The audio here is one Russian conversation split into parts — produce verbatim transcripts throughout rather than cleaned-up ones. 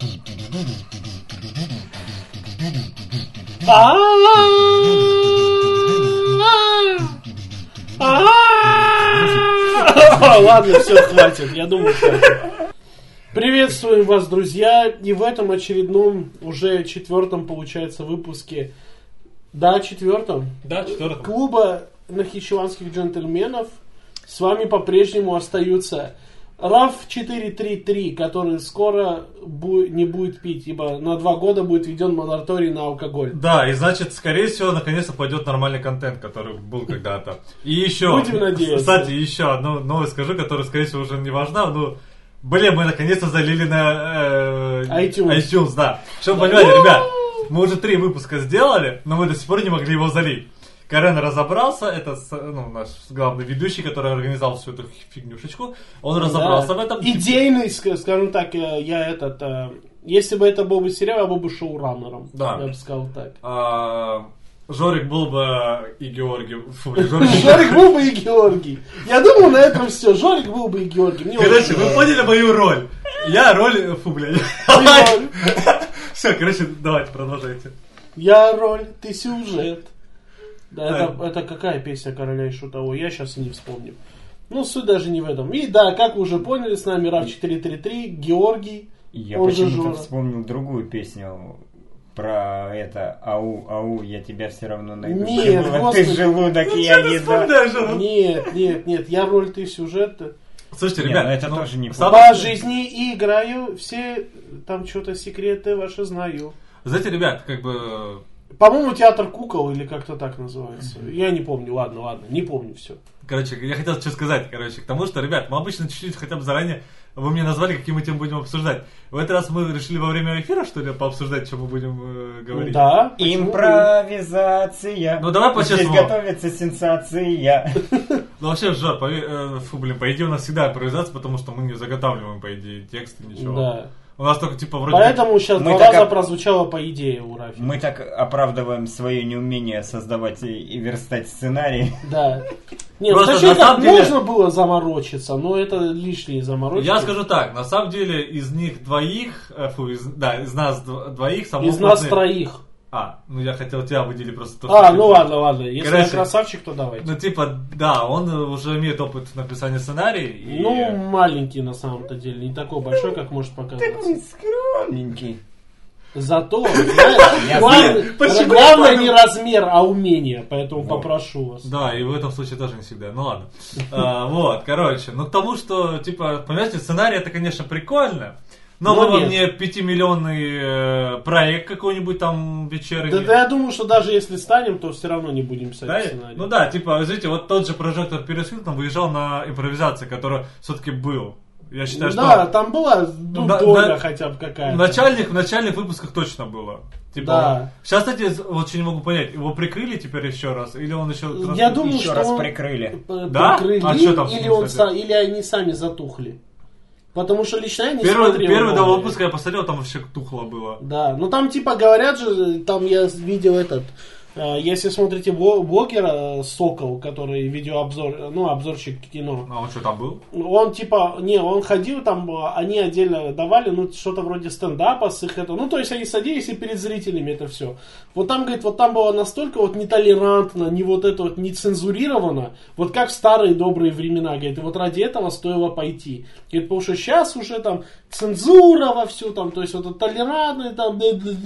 Ладно, все, хватит. Я думаю, хватит. Приветствуем вас, друзья. И в этом очередном, уже четвертом, получается, выпуске. Да, четвертом. Да, четвертом. Клуба нахичеванских джентльменов. С вами по-прежнему остаются Раф четыреста тридцать три, который скоро бу- не будет пить, ибо на два года будет введен мораторий на алкоголь. Да, и значит, скорее всего, наконец-то пойдет нормальный контент, который был когда-то. И еще, будем надеяться. Кстати, еще одну новость скажу, которая, скорее всего, уже не важна. Ну, блин, мы наконец-то залили на э, iTunes. iTunes, да. Чтобы вы понимали, ребят, мы уже три выпуска сделали, но мы до сих пор не могли его залить. Карен разобрался, это ну, наш главный ведущий, который организовал всю эту фигнюшечку. Он разобрался да. в этом. Идейный, скажем так, я этот... Если бы это был бы сериал, я был бы шоураннером. Да. Я бы сказал так. А, Жорик был бы и Георгий. Фу, блин, Жорик... Жорик был бы и Георгий. Я думаю, на этом все. Жорик был бы и Георгий. Мне короче, вы поняли мою роль. Я роль... Фу, блядь. Все, короче, давайте, продолжайте. Я роль, ты сюжет. Да, это, это какая песня Короля и Шутового? Я сейчас и не вспомню. Ну, суть даже не в этом. И да, как вы уже поняли, с нами Раф четыреста тридцать три, Георгий. Я почему-то вспомнил другую песню про это «Ау, ау, я тебя все равно найду». Нет, ты желудок, ну, я еда. Нет, нет, нет, я роль, ты сюжет. Слушайте, ребят, это ну, тоже не по жизни играю, все там что-то секреты ваши знаю. Знаете, ребят, как бы... По-моему, театр кукол или как-то так называется. Я не помню, ладно, ладно, не помню все. Короче, я хотел что сказать, короче, к тому, что, ребят, мы обычно чуть-чуть хотя бы заранее, вы мне назвали, какие мы темы будем обсуждать. В этот раз мы решили во время эфира, что ли, пообсуждать, что мы будем э, говорить? Да. Импровизация. Ну, давай по-честному. Здесь готовится сенсация. Ну, вообще, Жор, по, э, фу, блин, по идее у нас всегда импровизация, потому что мы не заготавливаем, по идее, тексты, ничего. Да. У нас только, типа, вроде... Поэтому сейчас мы два раза оп... прозвучало по идее у Рафи. Мы так оправдываем свое неумение создавать и верстать сценарий. Да. Нет, просто точнее, на самом как деле... можно было заморочиться, но это лишние заморочки. Я скажу так, на самом деле, из них двоих, э, фу, из, да, из нас двоих... Самый из опытный... нас троих. А, ну я хотел тебя выделить просто... То, а, что, ну типа, ладно, ладно. Если короче, я красавчик, то давайте. Ну, типа, да, он уже имеет опыт написания сценария. И... Ну, маленький на самом-то деле, не такой большой, как может показаться. Такой скромненький. Зато, знаешь, главное не размер, а умение, поэтому попрошу вас. Да, и в этом случае тоже не всегда. Ну ладно. Вот, короче, ну к тому, что, типа, понимаете, сценарий это, конечно, прикольно. Но ну, вы во мне пятимиллионный э, проект какой-нибудь там вечерний. Да, да я думаю, что даже если станем, то все равно не будем писать да? сценарий. Ну да, типа, знаете, вот тот же прожектор Перес Хилтон выезжал на импровизации, который все-таки был. Я считаю, ну, что... Да, там была ну, на, доля на, хотя бы какая-то. В начальных, в начальных выпусках точно было. Типа, да. Сейчас, кстати, вот что не могу понять, его прикрыли теперь еще раз? Или он еще... Я думаю, еще что раз он прикрыли. Да? Прикрыли, а что там? Или, он са, или они сами затухли. Потому что лично я не первый, смотрел. Первый два выпуска я посмотрел, там вообще тухло было. Да, ну там типа говорят же, там я видел этот, э, если смотрите блогера Сокол, который видеообзор, ну обзорщик кино. А он что там был? Он типа, не, он ходил там, они отдельно давали, ну что-то вроде стендапа с их это, ну то есть они садились и перед зрителями это все. Вот там, говорит, вот там было настолько вот нетолерантно, не вот это вот не цензурировано, вот как в старые добрые времена, говорит, и вот ради этого стоило пойти. Говорит, потому что сейчас уже там цензура во всю там, то есть вот это толерантный там,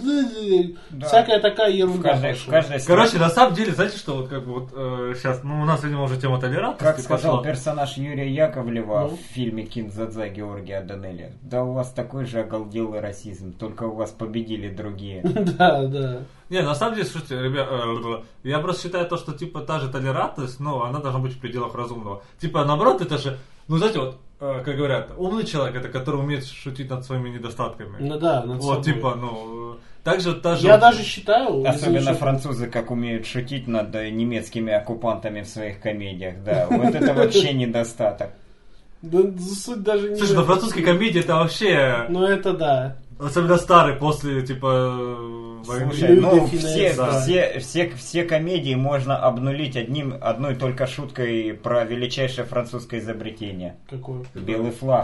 да. Всякая такая ерунда. В каждой, в каждой Короче, на самом деле, знаете, что вот как бы вот э, сейчас, ну у нас, видимо, уже тема толерантности. Как сказал пошла. персонаж Юрия Яковлева ну? в фильме «Кин-дза-дза» Георгия Данелия. Да у вас такой же оголделый расизм, только у вас победили другие. Да, да. Не, на самом деле, слушайте, ребят, я просто считаю то, что типа та же толерантность, но она должна быть в пределах разумного. Типа, наоборот, это же, ну знаете, вот, как говорят, умный человек, это который умеет шутить над своими недостатками. Ну да, над вот, собой. типа, ну, также та же... Я даже считаю... Особенно извини, французы, как умеют шутить над немецкими оккупантами в своих комедиях, да. Вот это вообще недостаток. Да суть даже не... Слушай, ну французские комедии это вообще... Ну это да. Особенно старые, после, типа... Слушай, ну Люди все, да. все, все, все комедии можно обнулить одним, одной только шуткой про величайшее французское изобретение. Какое? Белый флаг.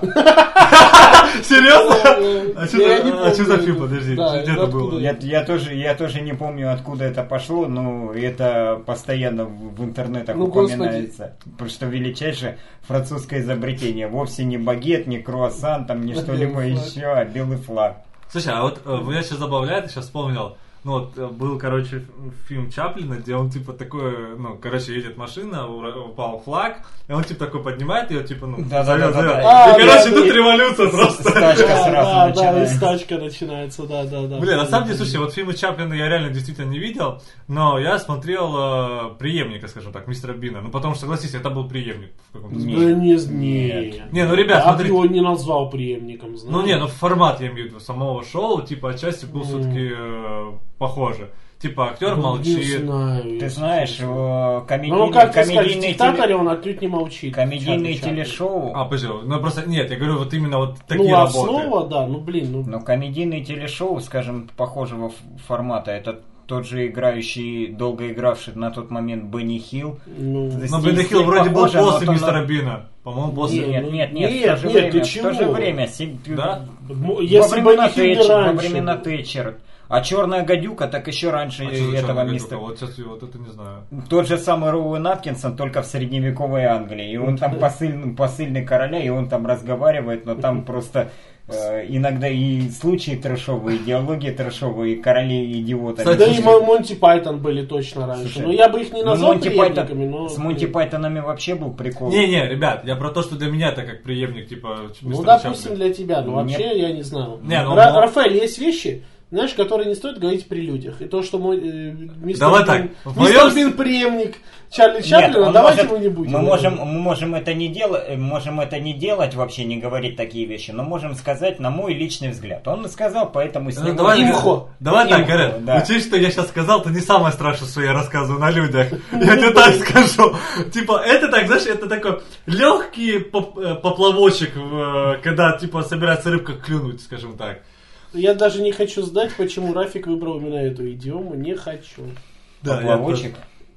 Серьезно? А что Я не за- а что за помню. фильм? Подожди, Да, где это это было? откуда? Я, я, тоже, я тоже не помню, откуда это пошло, но это постоянно в в интернетах Ну, упоминается. Потому что величайшее французское изобретение. Вовсе не багет, не круассан, там, не А что-либо белый флаг. еще, а белый флаг. Слушай, а вот э, меня сейчас забавляет, я сейчас вспомнил, ну вот э, был, короче, ф- фильм Чаплина, где он типа такой, ну, короче, едет машина, ура- упал флаг, и он типа такой поднимает ее, типа, ну, Да-да-да-да-да. зовет, зовет. А, И, короче, да, тут да. революция просто. Стачка Да, сразу да, да, и начинается. стачка начинается, да, да, да. Блин, на самом деле, слушай, вот фильмы Чаплина я реально действительно не видел, но я смотрел э, преемника, скажем так, мистера Бина. Ну, потому что, согласись, это был преемник в каком-то Да смысле. не, не. Не, ну, ребят, Я бы смотрите. его не назвал преемником, знаешь. Ну, не, ну, формат, я имею в виду, самого шоу, типа, отчасти был Mm. все-таки э, похоже. Типа, актер Ну, молчит. Не знаю. Ты если знаешь, честно. э, Ну, комедийные, как ты скажешь, в комедийные, «Диктаторе» теле- он отнюдь не молчит. комедийные Чарли Чаплин. телешоу, А, подожди, ну просто, нет, я говорю, вот именно вот такие Ну, работы. основа, да, ну, блин, ну, но комедийные телешоу, скажем, похожего ф- формата, это тот же играющий, долго игравший на тот момент Бенни Хилл. ну, То есть Но стиль- Бенни Хилл стиль вроде был похожий, но после то мистера на- Бина. По-моему, после. Не, Нет, ну, нет, нет, нет, в то же нет, время, ты в то же чего? время, сем- Да? м- во если бы времена не Хилл Тэтчер, во раньше. времена Тэтчер. А черная гадюка, так еще раньше А что за этого чёрная мистера. гадюка? Вот сейчас я вот это не знаю. Тот же самый Роуэн Аткинсон, только в средневековой Англии. И он там посыльный, посыльный короля, и он там разговаривает, но там просто э, иногда и случаи трэшовые, диалоги трэшовые, и короли идиоты. Кстати, Да и слушай, Мон- Монти Пайтон были точно раньше. Слушай, Но я бы их не ну, назвал Монти преемниками, Пайтон- но... С Монти Пайтонами вообще был прикол. Не-не, ребят, я про то, что для меня это как преемник, типа, Ну, мистера допустим, Чаплина. для тебя, но Нет. вообще я не знаю. Не, ну, Ра- но- Рафаэль, есть вещи, знаешь, которые не стоит говорить при людях. И то, что мой э, мистер, Давай Бин, так, в мистер моем- Бин преемник Чарли Нет, Чаплина, он давайте может- мы не будем. Мы можем, мы можем это не делать, можем это не делать, вообще не говорить такие вещи, но можем сказать, на мой личный взгляд. Он сказал, поэтому с Ну, него... давай, Имхо. давай так, Имхо, Гарет, да. учись, что я сейчас сказал, это не самое страшное, что я рассказываю на людях. Я тебе так скажу. Типа, это так, знаешь, это такой легкий поп- э, поплавочек, в, э, когда, типа, собирается рыбка клюнуть, скажем так. Я даже не хочу знать, почему Рафик выбрал именно эту идиому. Не хочу. Да, Поплавочек.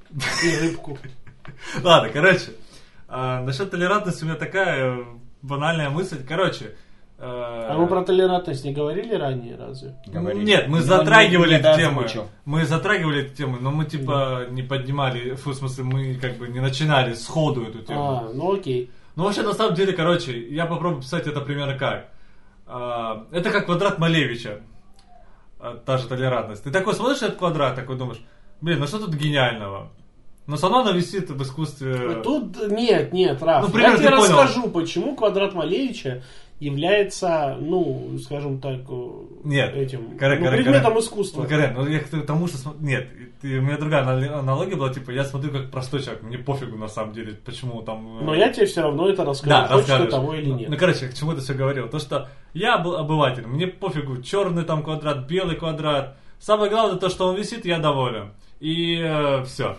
И рыбку. Ладно, короче, а, насчет толерантности у меня такая э, банальная мысль. Короче, э, А мы про толерантность не говорили ранее, разве? Говорили. нет, мы Но затрагивали не- не эту тему. доозвучил. Мы затрагивали эту тему, но мы типа не поднимали, фу, в смысле, мы как бы не начинали сходу эту тему. А, ну окей. Ну вообще на самом деле, короче, я попробую писать это примерно как. А, это как квадрат Малевича. А, та же толерантность. Ты такой смотришь на этот квадрат, такой думаешь, блин, ну что тут гениального? Но все равно она висит в искусстве. Тут нет, нет, Раф. Ну, примерно я тебе ты понял. расскажу, почему квадрат Малевича является, ну, скажем так, э, Нет, этим Карен, ну, Карен, предметом Карен. искусства. Ну, Карен, ну я к тому, что... см- Нет, ты- у меня другая анали- аналогия была, типа, я смотрю как простой человек, мне пофигу на самом деле, почему там... э, Но я тебе все равно это расскажу, Да, хочешь ты расскажешь. того или Ну, нет. Ну, короче, к чему ты все говорил? То, что я был обыватель, мне пофигу, черный там квадрат, белый квадрат. Самое главное, то, что он висит, я доволен. И все.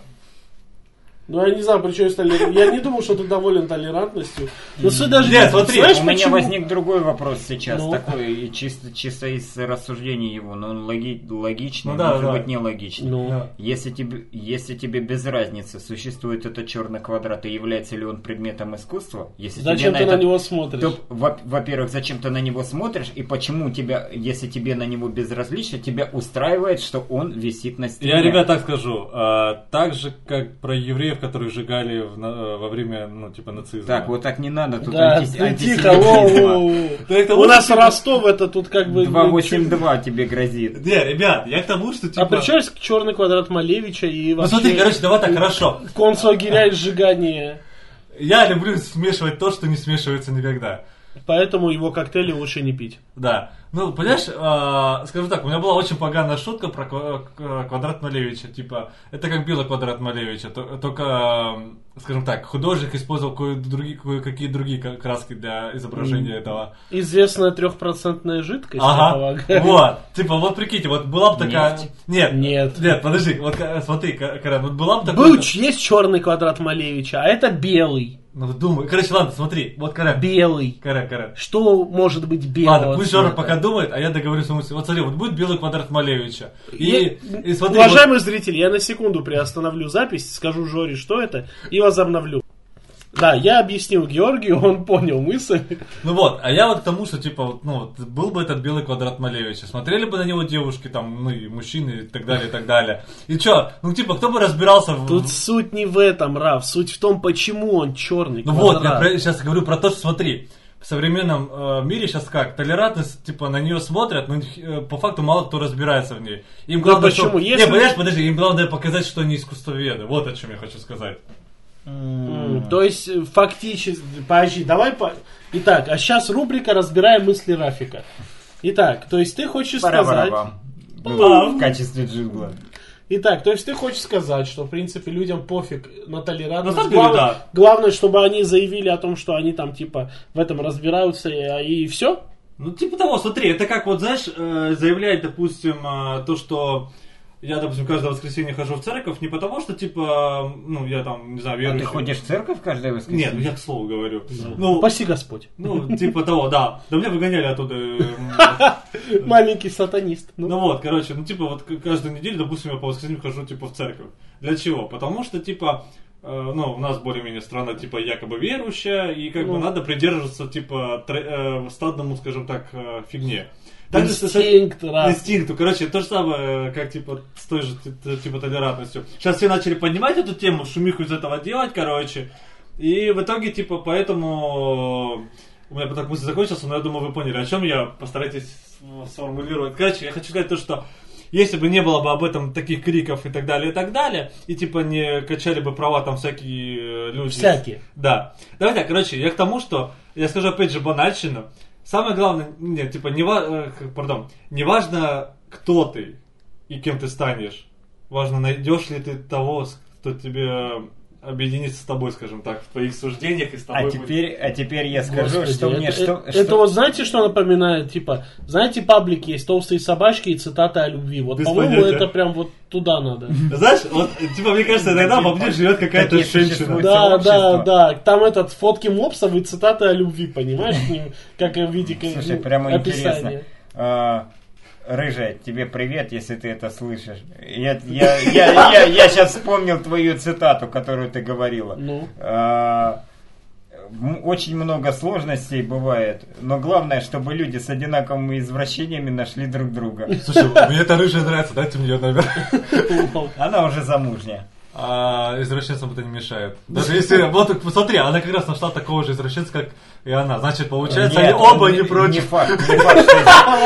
Ну, я не знаю, при чем толер... Я не думал, что ты доволен толерантностью. Но суть даже Нет, смотри, знаешь, У меня почему? возник другой вопрос сейчас, Ну. такой и чисто, чисто из рассуждений его, но он логи- логичный, Ну да, может да. быть нелогичный. Ну, Да. Если тебе, если тебе без разницы, существует этот черный квадрат, и является ли он предметом искусства, если зачем тебе ты на этот- него смотришь? то, во- во-первых, зачем ты на него смотришь, и почему тебя, если тебе на него безразлично, тебя устраивает, что он висит на стене. Я, ребят, так скажу. а, так же, как про евреев, которых сжигали в на- во время, ну, типа, нацизма. Так, вот так не надо, тут Да, анти- ты тихо, антисемитизма. воу-воу-воу. Да это У вот нас типа- Ростов, это тут как бы... два восемь два тебе грозит. Не, ребят, я к тому, что, типа... А при чем черный квадрат Малевича и Ну, вообще... смотри, короче, давай так, хорошо. концлагеря и сжигание. Я люблю смешивать то, что не смешивается никогда. Поэтому его коктейли лучше не пить. Да. Ну, понимаешь, а, скажу так, у меня была очень поганая шутка про ква- к- квадрат Малевича. Типа, это как белый квадрат Малевича. то- Только, м, скажем так, художник использовал кое-другие- кое-какие другие ка- краски для изображения этого. Известная трехпроцентная жидкость, я Ага. полагаю. Вот. Типа, вот прикиньте, вот была бы такая... Нефть. Нет. Нет. Нет, подожди, вот ка- смотри, Ка- Карен, вот была бы такая... Был, есть черный квадрат Малевича, а это белый. Ну думай. Короче, ладно, смотри. Вот Каре. Белый. Каре, Каре. Что может быть белого? Ладно, пусть Жора пока думает, а я договорюсь с мыслью. Вот смотри, вот будет белый квадрат Малевича. И, я, и смотри, уважаемые вот... зрители, я на секунду приостановлю запись, скажу Жоре, что это, и возобновлю. Да, я объяснил Георгию, он понял мысль. Ну вот, а я вот к тому, что типа, вот, ну вот, был бы этот белый квадрат Малевича, смотрели бы на него девушки, там, ну и мужчины, и так далее, и так далее. И чё, ну типа, кто бы разбирался в... Тут суть не в этом, Раф, суть в том, почему он черный Ну квадрат. вот, я про, сейчас говорю про то, что смотри, в современном э, мире сейчас как, толерантность, типа, на нее смотрят, но э, по факту мало кто разбирается в ней. Им главное, почему? что... Если... Не, понимаешь, подожди, им главное показать, что они искусствоведы, вот о чем я хочу сказать. Mm. То есть, фактически, подожди, давай по... Итак, а сейчас рубрика «Разбираем мысли Рафика». Итак, то есть ты хочешь сказать... Ну, в качестве джингла. Итак, то есть ты хочешь сказать, что, в принципе, людям пофиг на толерантность. На самом деле, Главное, да. главное, чтобы они заявили о том, что они там, типа, в этом разбираются, и, и все? Ну, типа того, смотри, это как, вот, знаешь, э, заявлять, допустим, э, то, что... Я, допустим, каждое воскресенье хожу в церковь не потому, что, типа, ну, я там, не знаю, верующий. А ты ходишь в церковь каждое воскресенье? Нет, ну я к слову говорю. Да. Ну, Спаси Господь. ну, типа того, да. Да меня выгоняли оттуда. Маленький сатанист. Ну вот, короче, ну, типа, вот каждую неделю, допустим, я по воскресенью хожу, типа, в церковь. Для чего? Потому что, типа, ну, у нас более-менее страна, типа, якобы верующая, и как бы надо придерживаться, типа, стадному, скажем так, фигне. Так Инстинкт, же, раз. Инстинкту. Короче, то же самое, как типа с той же типа толерантностью. Сейчас все начали поднимать эту тему, шумиху из этого делать, короче. И в итоге, типа, поэтому у меня так мысль закончился, но я думаю, вы поняли, о чем я. Постарайтесь сформулировать. Короче, я хочу сказать то, что если бы не было бы об этом таких криков и так далее, и так далее, и типа не качали бы права там всякие люди. Всякие. Да. Давай так, короче, я к тому, что я скажу опять же банальщину. Самое главное, нет, типа, не, ва- пардон, не важно, кто ты и кем ты станешь. Важно, найдешь ли ты того, кто тебе объединится с тобой, скажем так, в твоих суждениях и с тобой. А теперь, а теперь я скажу, Господи, что это, мне... Это, что, это что... вот знаете, что напоминает? Типа, знаете, паблики есть «Толстые собачки» и цитаты о любви. Вот, Без по-моему, понятия. это прям вот туда надо. Знаешь, вот, типа, мне кажется, иногда во мне живет какая-то Такие женщина. существуют. Да, да, сообщество. да. Там этот фотки мопсов и цитаты о любви, понимаешь, к ним, как в виде Слушай, ну, прямо описания. интересно. А, Рыжая, тебе привет, если ты это слышишь. Я, я, я, я, я сейчас вспомнил твою цитату, которую ты говорила. Ну. А, м- очень много сложностей бывает, но главное, чтобы люди с одинаковыми извращениями нашли друг друга. Слушай, мне эта рыжая нравится, дайте мне ее номер. Она уже замужняя. А извращенцам это не мешает. Даже если, вот посмотри, она как раз нашла такого же извращенца, как и она. Значит, получается, Нет, они оба не, не против. Не факт, не факт, что...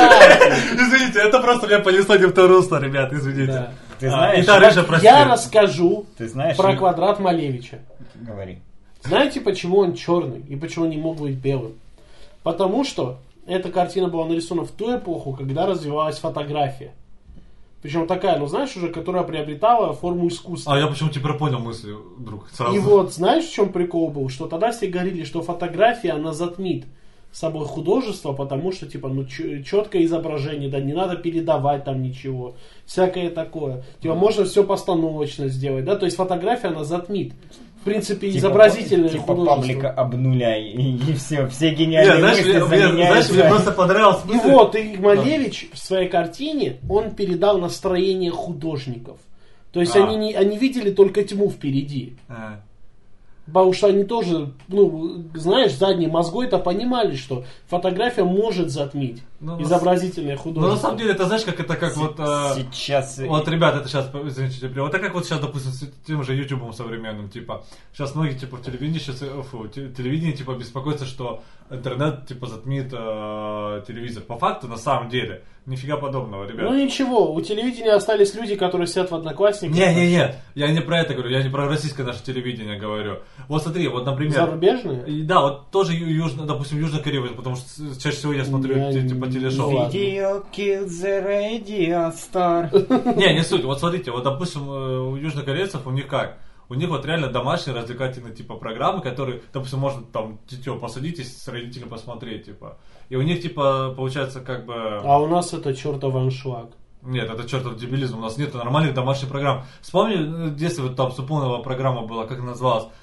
Извините, это просто меня понесло не в то русло, ребят, извините. Да. Ты знаешь, И та рыжая, прости. Я расскажу Ты знаешь, про и- квадрат Малевича. Говори. Знаете, почему он черный и почему не мог быть белым? Потому что эта картина была нарисована в ту эпоху, когда развивалась фотография. Причем такая, ну знаешь, уже, которая приобретала форму искусства. А я почему теперь понял мысли, друг, сразу. И вот, знаешь, в чем прикол был? Что тогда все говорили, что фотография, она затмит собой художество, потому что, типа, ну, четкое изображение, да, не надо передавать там ничего, всякое такое. Типа, можно все постановочно сделать, да, то есть фотография, она затмит. В принципе, Типа, изобразительное типа художество. паблика обнуляй, и, и все, все Не, гениальные знаешь, мысли мне, мне- знаешь, заменяются. мне просто понравилось И мысль. вот, и Малевич в своей картине, он передал настроение художников. То есть А. они, не, они видели только тьму впереди. А. Потому что они тоже, ну, знаешь, задней мозгой-то понимали, что фотография может затмить Ну, на изобразительное Ну, художество. на самом деле, это знаешь, как это как вот... а, Сейчас... Вот, ребят, это сейчас, извините, теплее. Вот это как вот сейчас, допустим, с тем же ютубом современным, типа, сейчас многие, типа, в телевидении, сейчас, фу, те- телевидение, типа, беспокоится, что интернет, типа, затмит э, телевизор. По факту, на самом деле, нифига подобного, ребят. Ну ничего, у телевидения остались люди, которые сидят в Одноклассниках. Не-не-не, я не про это говорю, я не про российское наше телевидение говорю. Вот смотри, вот, например... Зарубежные? И Да, вот тоже ю- южно, допустим, Южная Корея, потому что с- чаще всего я смотрю Я те- типа не- телешоу. Ну, ладно. Video killed the radio star. Не, не суть. Вот смотрите, вот допустим, э, у южнокорейцев у них как? У них вот реально домашние развлекательные типа программы, которые, допустим, можно там дитё посадить и с родителями посмотреть, типа. И у них типа получается как бы... А у нас это чертов аншлаг. Нет, это чертов дебилизм, у нас нет нормальных домашних программ. Вспомни, в детстве вот там Супунова программа была, как она называлась?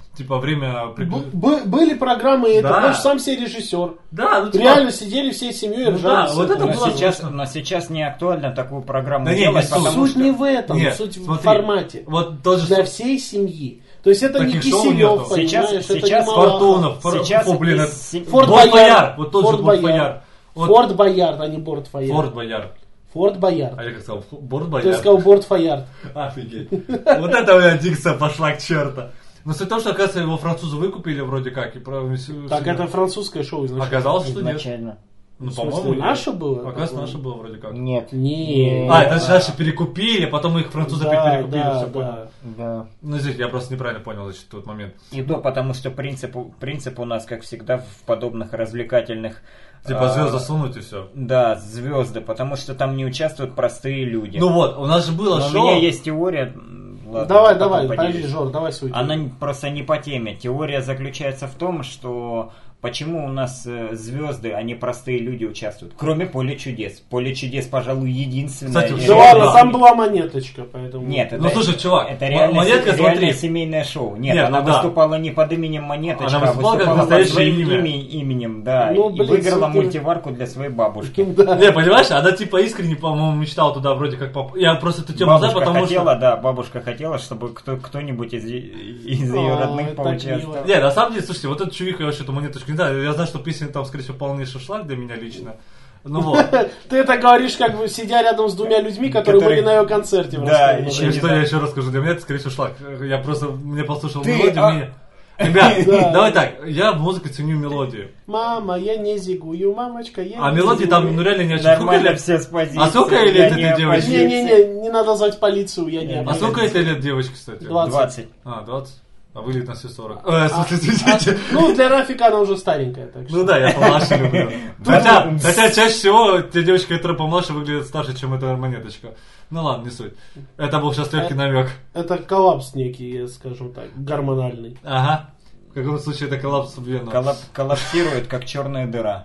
типа время... Б- б- были программы, это Да. больше сам себе режиссер. Да, ну типа... Реально сидели всей семьей и Ну ржали. да, с вот этого. это Но было сейчас, смешно. но сейчас не актуально такую программу Да не, делать, не суть. потому Суть что... не в этом, Нет, суть в смотри, формате. Вот тот же... Для всей семьи. То есть это Таких не шоу Киселев, нету. понимаешь, Сейчас- это сейчас не Малахов. Фортунов, Фор- Сейчас фу, блин, из это- се- Форт Борт Боярд. Боярд, вот тот же Форт Борт Боярд. Боярд. Вот- Форт Боярд, а не Борт Фаярд. Форт Боярд. Форт Боярд. А я как сказал, Фу- Борт Ты Боярд. сказал Борт Фаярд. Офигеть. Вот это у меня дикция пошла к черту. Но суть в том, что, оказывается, его французы выкупили вроде как. И про... Так это французское шоу изначально. Оказалось, что нет. Изначально. Ну, В смысле, по-моему, наше нет. было? Оказывается, Такое? наше было вроде как. Нет. Не. А, это наши перекупили, потом их французы опять Да, перекупили, да, все да. понял. Да. Ну, здесь я просто неправильно понял, значит, тот момент. И то, потому что принцип, принцип у нас, как всегда, в подобных развлекательных... Типа а, звезд засунуть и все. Да, звезды, потому что там не участвуют простые люди. Ну вот, у нас же было Но у шоу. меня есть теория... Ладно, Давай, потом давай, поделюсь. подожди, Жор, давай свою Она теорию. просто не по теме. Теория заключается в том, что почему у нас э, звезды, а не простые люди участвуют. Кроме Поля чудес. Поле чудес, пожалуй, единственное. Кстати, Да Жор, ладно, да. там была монеточка, поэтому... Нет, это, Ну, слушай, чувак, это м- реально, Монетка, се- реально смотри. семейное шоу. Нет, Нет, она ну да. выступала не под именем Монеточка, Она а выступала как выступала под настоящее своим имя. име- именем, да. Ну, и блин, выиграла супер. мультиварку для своей бабушки. Да. Не, понимаешь, она типа искренне, по-моему, мечтала туда вроде как поп... Я просто эту тему знаю, Бабушка потому хотела, что... да, бабушка хотела, чтобы кто, кто-нибудь из, е- из ее Ой, родных так поучаствовал. мило. Не, на самом деле, слушайте, вот эту чувиха, я вообще эту монеточку не знаю. Я знаю, что песня там, скорее всего, полнейший шлак для меня лично. Ну вот. Ты это говоришь, как бы сидя рядом с двумя людьми, которые Которые- были на ее концерте. в Да, Ростове. еще И не что знаю. я еще раз скажу, для меня это, скорее всего, шлак. Я просто, мне послушал Ты, мелодию, а- мне... Ребят, Да. давай так, я в музыке ценю мелодию. Мама, я не зигую, мамочка, я А не мелодии зигую. там, ну реально не очень. Сколько Нормально лет? все с позиции. А сколько Я лет не этой девочке? оппозиция. Не-не-не, не надо звать полицию, я не А А оппозиция. сколько это лет девочки, кстати? Двадцать. двадцать. А, двадцать? А выглядит на все сорок. Э, в смысле, извините. Ну, для Рафика она уже старенькая, так что. Ну да, я помладше люблю. Хотя, хотя чаще всего те девочки, которые помладше, выглядят старше, чем эта монеточка. Ну ладно, не суть. Это был сейчас легкий намек. Это коллапс некий, скажем так, гормональный. Ага. В каком случае это коллапс субвена. Коллап- коллапсирует, как черная дыра.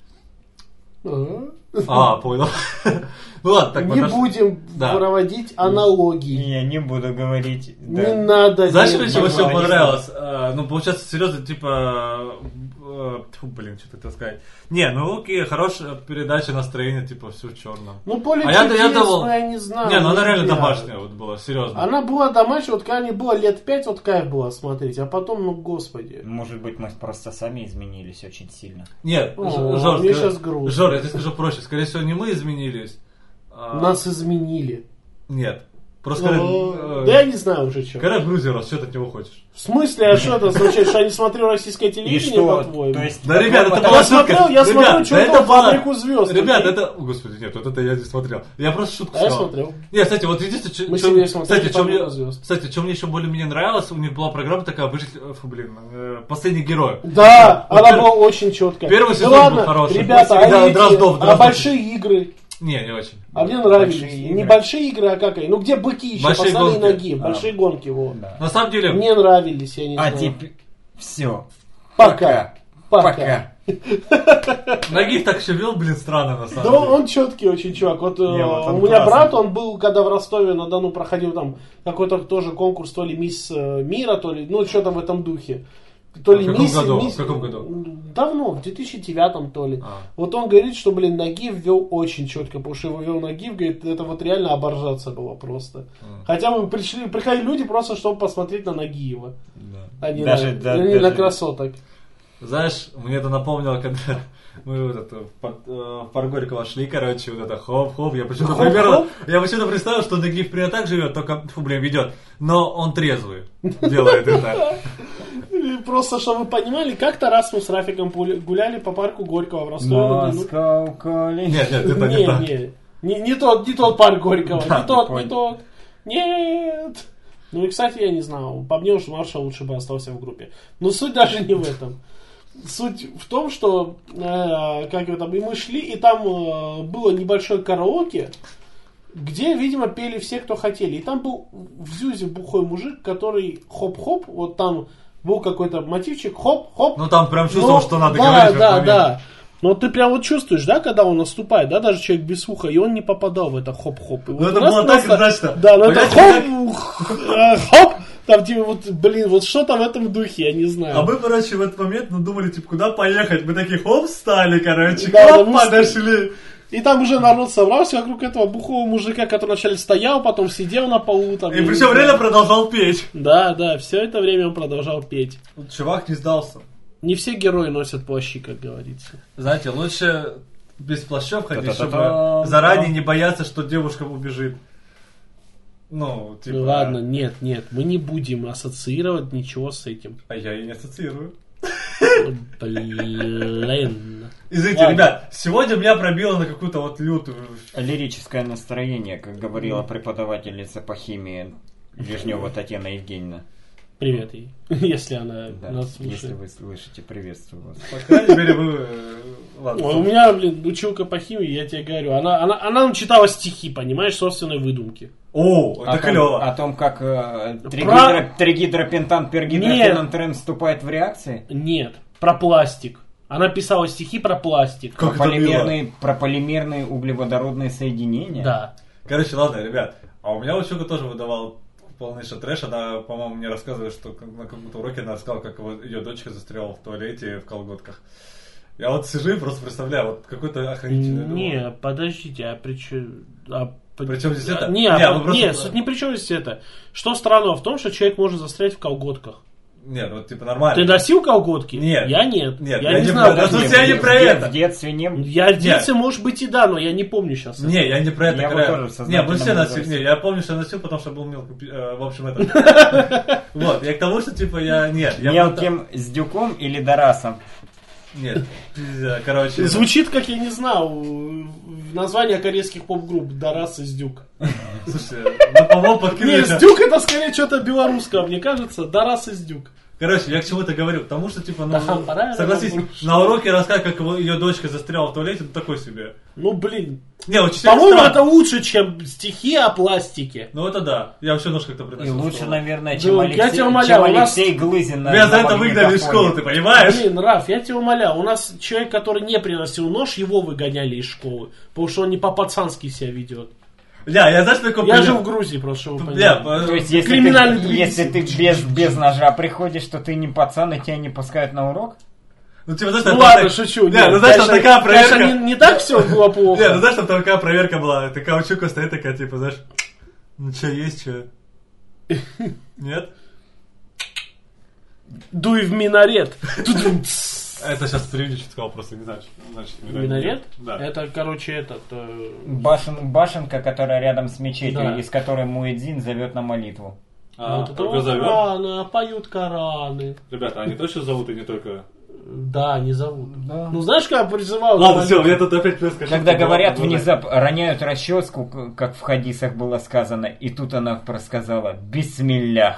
Ага. А, понял. Ну ладно, так Не подожди. будем Да. проводить аналогии. Я не буду говорить. Не да. надо. Знаешь, не мне чего все говорить. понравилось? А, Ну, получается, серьезно, типа... э, Фу, блин, что хотел сказать. Не, ну окей, хорошая передача настроения, типа, все в черном. Ну, поле А я- чудес, я думал- ну, я не знаю. Не, ну она реально ребят. домашняя вот была, серьезно. Она была домашняя, вот когда мне было лет пять, вот кайф было смотреть, а потом, ну, господи. Может быть, мы просто сами изменились очень сильно. Нет, О, Ж- Жор, мне скажи- щас грустно. Жор, я тебе скажу проще. Скорее всего, не мы изменились. а- Нас изменили. Нет. Просто когда, О, э, Да я не знаю уже что. когда в Грузии рос, что ты от него хочешь? В смысле, а что это означает, что я не смотрю российское И телевидение, что? по-твоему? То есть, Да, ребят, это по-твоему, была Я шутка. смотрел, я смотрю, Ребят, что да это это была- «Фабрику звезд». Ребят, окей? это... О, господи, нет, вот это я не смотрел. Я просто шутку А я сказал. смотрел. Нет, кстати, вот единственное, чё- Мы чё- себе смотрели кстати, что мне, «Фабрику звезд». кстати, что мне еще более-менее нравилось, у них была программа такая, выжить, э, фу, блин, э, последний герой. Да, Вот она пер- была очень четкая. первый Да сезон был ладно, хороший. ребята, а, Да, эти- Дроздов, а Дроздов. большие игры? Не, не очень. А мне нравились. Большие игры. Не большие игры, а как они? Ну где быки еще, Большие поставили гонки. ноги, А. большие гонки, вот. Да. На самом деле, Мне нравились, я не А знаю. теперь все. Пока. Пока. Пока. Нагив так еще вел, блин, странно на самом Да деле. он, он четкий очень чувак. Вот, э, Не, вот он у меня классный. брат, он был, когда в Ростове-на-Дону проходил там какой-то тоже конкурс, то ли мисс э, мира, то ли, ну что-то в этом духе. То ли В каком мисс, году? мисс- В каком году? Давно, в две тысячи девятом то ли. А. Вот он говорит, что, блин, Нагиев вел очень четко, потому что его вел Нагиев, говорит, это вот реально оборжаться было просто. Хотя мы пришли, приходили люди просто, чтобы посмотреть на Нагиева, а не, Даже- на, да, а не на даже- красоток. Знаешь, мне это напомнило, когда мы вот это, в Пар- э, в Парк Горького шли, короче, вот это хоп-хоп. Я почему-то Хоп-хоп? примерно, я почему-то представил, что Нагиев примерно так живет, только, фу, блин, ведет. Но он трезвый делает это. И просто, чтобы вы понимали, как-то раз мы с Рафиком пуля- гуляли по парку Горького в Ростове. Москва, Коли. Нет, нет, это не Не, так. не, не, не тот, не тот парк Горького, Да, не тот, понял. не тот. Нет. Ну и, кстати, я не знал, по мне уж Марша лучше бы остался в группе. Но суть даже не в этом. Суть в том, что э, как это, и мы шли, и там э, было небольшое караоке, где, видимо, пели все, кто хотели. И там был в Зюзе бухой мужик, который хоп-хоп, вот там был какой-то мотивчик, хоп-хоп. Ну там прям чувствовал, Но- что надо да, говорить в этот Да, момент. да. Но ты прям вот чувствуешь, да, когда он наступает, да, даже человек без уха, и он не попадал в это хоп-хоп. И Ну вот это у нас было так просто- удачно. Да, ну это Понимаете, хоп, э, хоп, Там типа вот, блин, вот что-то в этом духе, я не знаю. А мы, короче, в этот момент ну, думали, типа, куда поехать? Мы такие, хоп, встали, короче, Да, хоп, да, мы подошли. И там уже народ собрался вокруг этого бухого мужика, который вначале стоял, потом сидел на полу. Там, И причем реально продолжал петь. Да, да, все это время он продолжал петь. Чувак не сдался. Не все герои носят плащи, как говорится. Знаете, лучше без плащев ходить, чтобы Та-та-та-та. заранее не бояться, что девушка убежит. Ну, типа... Ну, ладно, нет, нет, мы не будем ассоциировать ничего с этим. А я и не ассоциирую. Блин. Извините, Ладно. ребят, сегодня меня пробило на какую-то вот лютую... Лирическое настроение, как говорила преподавательница по химии Вишнева Татьяна Евгеньевна. Привет ей, если она Да, нас если слушает. вы слышите, приветствую вас. По крайней мере, вы... э, Ладно. Ой, у меня, блин, училка по химии, я тебе говорю, она, она, она нам читала стихи, понимаешь, собственной выдумки. О, это О том, клево. о том, как э, Про- тригидро- тригидропентан пергидрофенантрен вступает в реакции? Нет, про пластик. Она писала стихи про пластик. Как про, это мило. полимерные, про полимерные углеводородные соединения? Да. Короче, ладно, ребят. А у меня училка тоже выдавал полнейший трэш. Она, по-моему, мне рассказывает, что на каком-то уроке она рассказала, как его, ее дочка застряла в туалете в колготках. Я вот сижу и просто представляю, вот какой-то охранительный дом. Не, подождите, а при чё- а по- Причем здесь это? Не, Не, а мы по- просто- не, суть не при чем здесь это. Что странного в том, что человек может застрять в колготках. Нет, вот типа нормально. Ты носил колготки? Нет. Я нет. Нет, я, я не не знаю. про- как да, мне. слушай, я не В про де- это. В детстве не... Я в детстве, может быть, и да, но я не помню сейчас. Не, я не про это Я вот говорю. тоже в Не, сознательном мы все носили. возрасте. Не, я помню, что я носил, потому что был мелкий. пи- э, В общем, это. Вот, я к тому, что типа я. Нет, я просто- Мелким с дюком или дарасом? Нет, пиздя, короче. Звучит, как я не знаю, название корейских поп-групп Дарас и Сдюк. Слушайте, ну, по-моему, Не, подкинули. Сдюк это скорее что-то белорусское, мне кажется. Дарас и Сдюк. Короче, я к чему-то говорю, потому что, типа, ну, Ага, пора, согласись, пора. на уроке рассказать, как его, ее дочка застряла в туалете, ну, такой себе. Ну, блин. Не, учителя По-моему, странно. это лучше, чем стихи о пластике. Ну, это да. Я вообще нож как-то И приносил. в лучше, школу. наверное, Да, чем я Алексей, тебя умоляю, чем у нас- Алексей Глызин на Меня за на это выгнали из магнитофоне. школы, ты понимаешь? Блин, Раф, я тебя умоляю, у нас человек, который не приносил нож, его выгоняли из школы. Потому что он не по-пацански себя ведет. Бля, я знаешь, такой Я пример? жил в Грузии, просто чтобы вы Бля, понимали. по- То есть, если Криминальный ты, двигатель. если ты без, без ножа приходишь, то ты не пацан, и тебя не пускают на урок? ну, типа, знаешь, Ну там ладно, так- шучу. Не, нет, ну, знаешь, там конечно, такая проверка. конечно, не, не так все было плохо. Не, ну, знаешь, там такая проверка была. Такая училка стоит, такая, типа, знаешь, ну, что, есть что? Нет? Дуй в минарет. Это сейчас переведи, что сказал, просто не знаю, что значит Минарет? Да. Это, короче, этот... э, Башен, башенка, которая рядом с мечетью, Да. из которой Муэдзин зовет на молитву. А, вот это только вот зовет? Кораны, поют Кораны. Ребята, они точно зовут и не только... Да, не зовут. Да. Ну, знаешь, когда призывал... Ладно, все, я тут опять плюс Когда говорят внезапно, роняют расческу, к- как в хадисах было сказано, и тут она просказала «Бисмиллях».